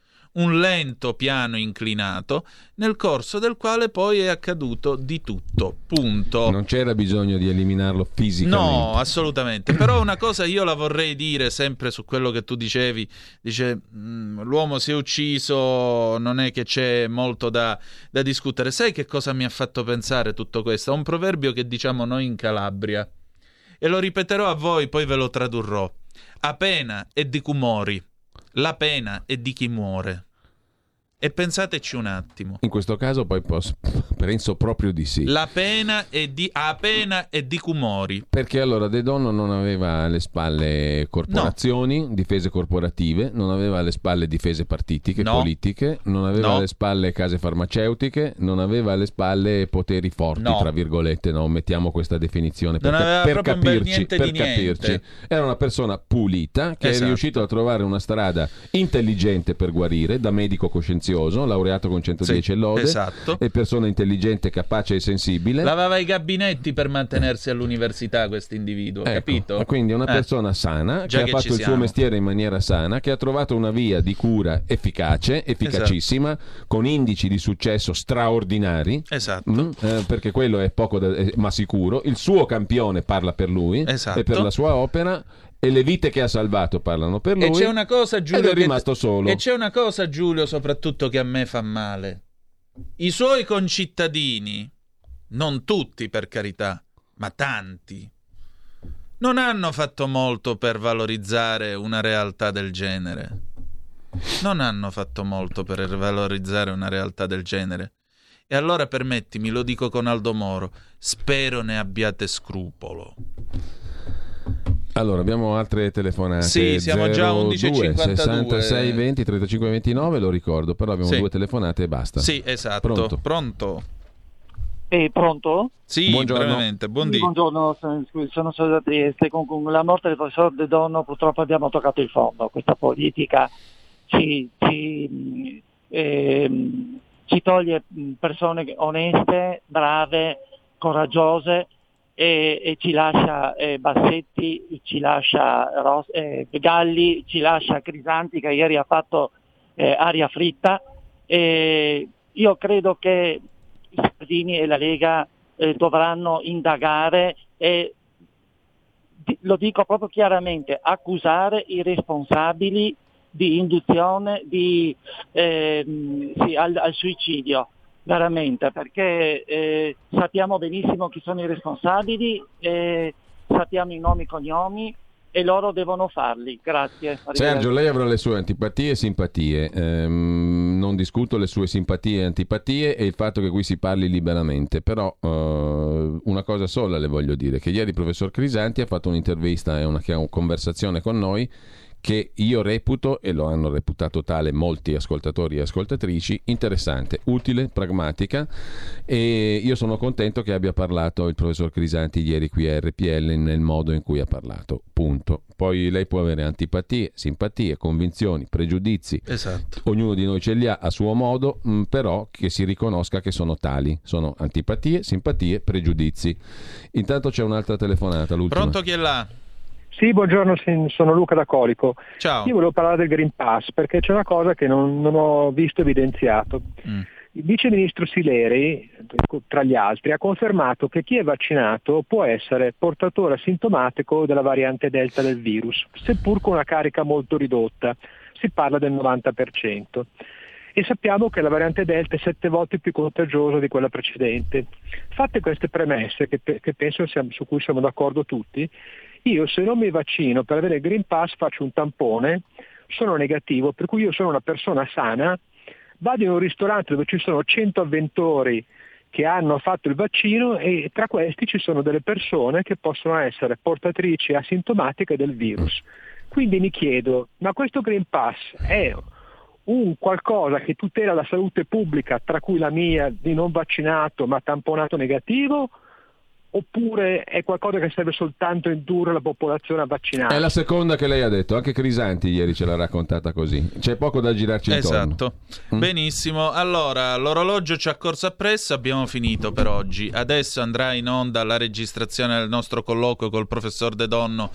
nel corso del quale poi è accaduto di tutto, punto. Non c'era bisogno di eliminarlo fisicamente. No, assolutamente. Però una cosa io la vorrei dire sempre su quello che tu dicevi, l'uomo si è ucciso, non è che c'è molto da discutere. Sai che cosa mi ha fatto pensare tutto questo? A un proverbio che diciamo noi in Calabria e lo ripeterò a voi, poi ve lo tradurrò. A pena è di chi muori, la pena è di chi muore. E pensateci un attimo. In questo caso poi penso proprio di sì. La pena è di chi muori. Perché allora De Donno non aveva alle spalle corporazioni, difese corporative, non aveva alle spalle difese partitiche, politiche, non aveva alle spalle case farmaceutiche, non aveva alle spalle poteri forti, tra virgolette, no? Mettiamo questa definizione per capirci. Era una persona pulita che è riuscito a trovare una strada intelligente per guarire, da medico coscienzioso silenzioso, laureato con 110 lode, esatto. E persona intelligente, capace e sensibile. Lavava i gabinetti per mantenersi all'università questo individuo, capito? Quindi una persona sana, che ha fatto il suo mestiere in maniera sana, che ha trovato una via di cura efficacissima, con indici di successo straordinari, perché quello è poco ma sicuro. Il suo campione parla per lui e per la sua opera, e le vite che ha salvato parlano per lui. E c'è una cosa, Giulio, ed è rimasto solo. E c'è una cosa, Giulio, soprattutto che a me fa male. I suoi concittadini, non tutti per carità, ma tanti, non hanno fatto molto per valorizzare una realtà del genere. Non hanno fatto molto per valorizzare una realtà del genere. E allora permettimi, lo dico con Aldo Moro, spero ne abbiate scrupolo. Allora, abbiamo altre telefonate. Sì, siamo già 11:52. 66 20 35 29, lo ricordo, però abbiamo 2 telefonate e basta. Sì, esatto. Pronto? Pronto? Pronto? Sì, buongiorno. brevemente. Buongiorno, sono da Trieste. Con la morte del professor De Donno purtroppo abbiamo toccato il fondo. Questa politica ci toglie persone oneste, brave, coraggiose, e ci lascia Bassetti, ci lascia Galli, ci lascia Crisanti, che ieri ha fatto aria fritta. Io credo che i Salvini e la Lega dovranno indagare e, lo dico proprio chiaramente, accusare i responsabili di induzione al suicidio. Veramente, perché sappiamo benissimo chi sono i responsabili, sappiamo i nomi e cognomi, e loro devono farli. Grazie. Sergio, lei avrà le sue antipatie e simpatie, non discuto le sue simpatie e antipatie e il fatto che qui si parli liberamente, però una cosa sola le voglio dire, che ieri il professor Crisanti ha fatto un'intervista e una conversazione con noi che io reputo, e lo hanno reputato tale molti ascoltatori e ascoltatrici, interessante, utile, pragmatica, e io sono contento che abbia parlato il professor Crisanti ieri qui a RPL nel modo in cui ha parlato, punto. Poi lei può avere antipatie, simpatie, convinzioni, pregiudizi, ognuno di noi ce li ha a suo modo, però che si riconosca che sono tali, sono antipatie, simpatie, pregiudizi. Intanto c'è un'altra telefonata, l'ultima. Pronto, chi è là? Sì, buongiorno, sono Luca da Colico. Ciao. Io volevo parlare del Green Pass perché c'è una cosa che non ho visto evidenziato. Il vice ministro Sileri, tra gli altri, ha confermato che chi è vaccinato può essere portatore asintomatico della variante Delta del virus, seppur con una carica molto ridotta, si parla del 90%. E sappiamo che la variante Delta è 7 volte più contagiosa di quella precedente. Fatte queste premesse, che penso su cui siamo d'accordo tutti, io se non mi vaccino per avere il Green Pass faccio un tampone, sono negativo, per cui io sono una persona sana, vado in un ristorante dove ci sono 100 avventori che hanno fatto il vaccino e tra questi ci sono delle persone che possono essere portatrici asintomatiche del virus. Quindi mi chiedo, ma questo Green Pass è un qualcosa che tutela la salute pubblica, tra cui la mia di non vaccinato ma tamponato negativo, oppure è qualcosa che serve soltanto a indurre la popolazione a vaccinare? È la seconda che lei ha detto, anche Crisanti ieri ce l'ha raccontata così, c'è poco da girarci intorno. Esatto. Benissimo, allora l'orologio ci ha corso appresso, abbiamo finito per oggi. Adesso andrà in onda la registrazione del nostro colloquio col professor De Donno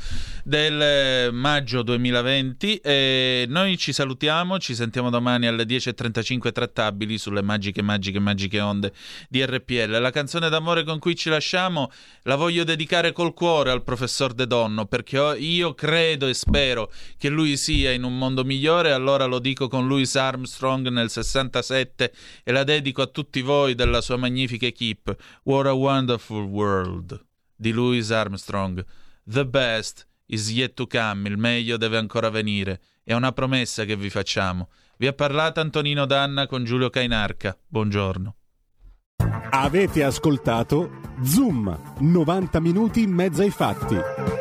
del maggio 2020 e noi ci salutiamo, ci sentiamo domani alle 10:35 trattabili sulle magiche onde di RPL. La canzone d'amore con cui ci lasciamo la voglio dedicare col cuore al professor De Donno, perché io credo e spero che lui sia in un mondo migliore. Allora lo dico con Louis Armstrong nel 67 e la dedico a tutti voi della sua magnifica equipe. What a Wonderful World di Louis Armstrong. The best is yet to come, il meglio deve ancora venire, è una promessa che vi facciamo. Vi ha parlato Antonino Danna con Giulio Cainarca. Buongiorno. Avete ascoltato Zoom, 90 minuti in mezzo ai fatti.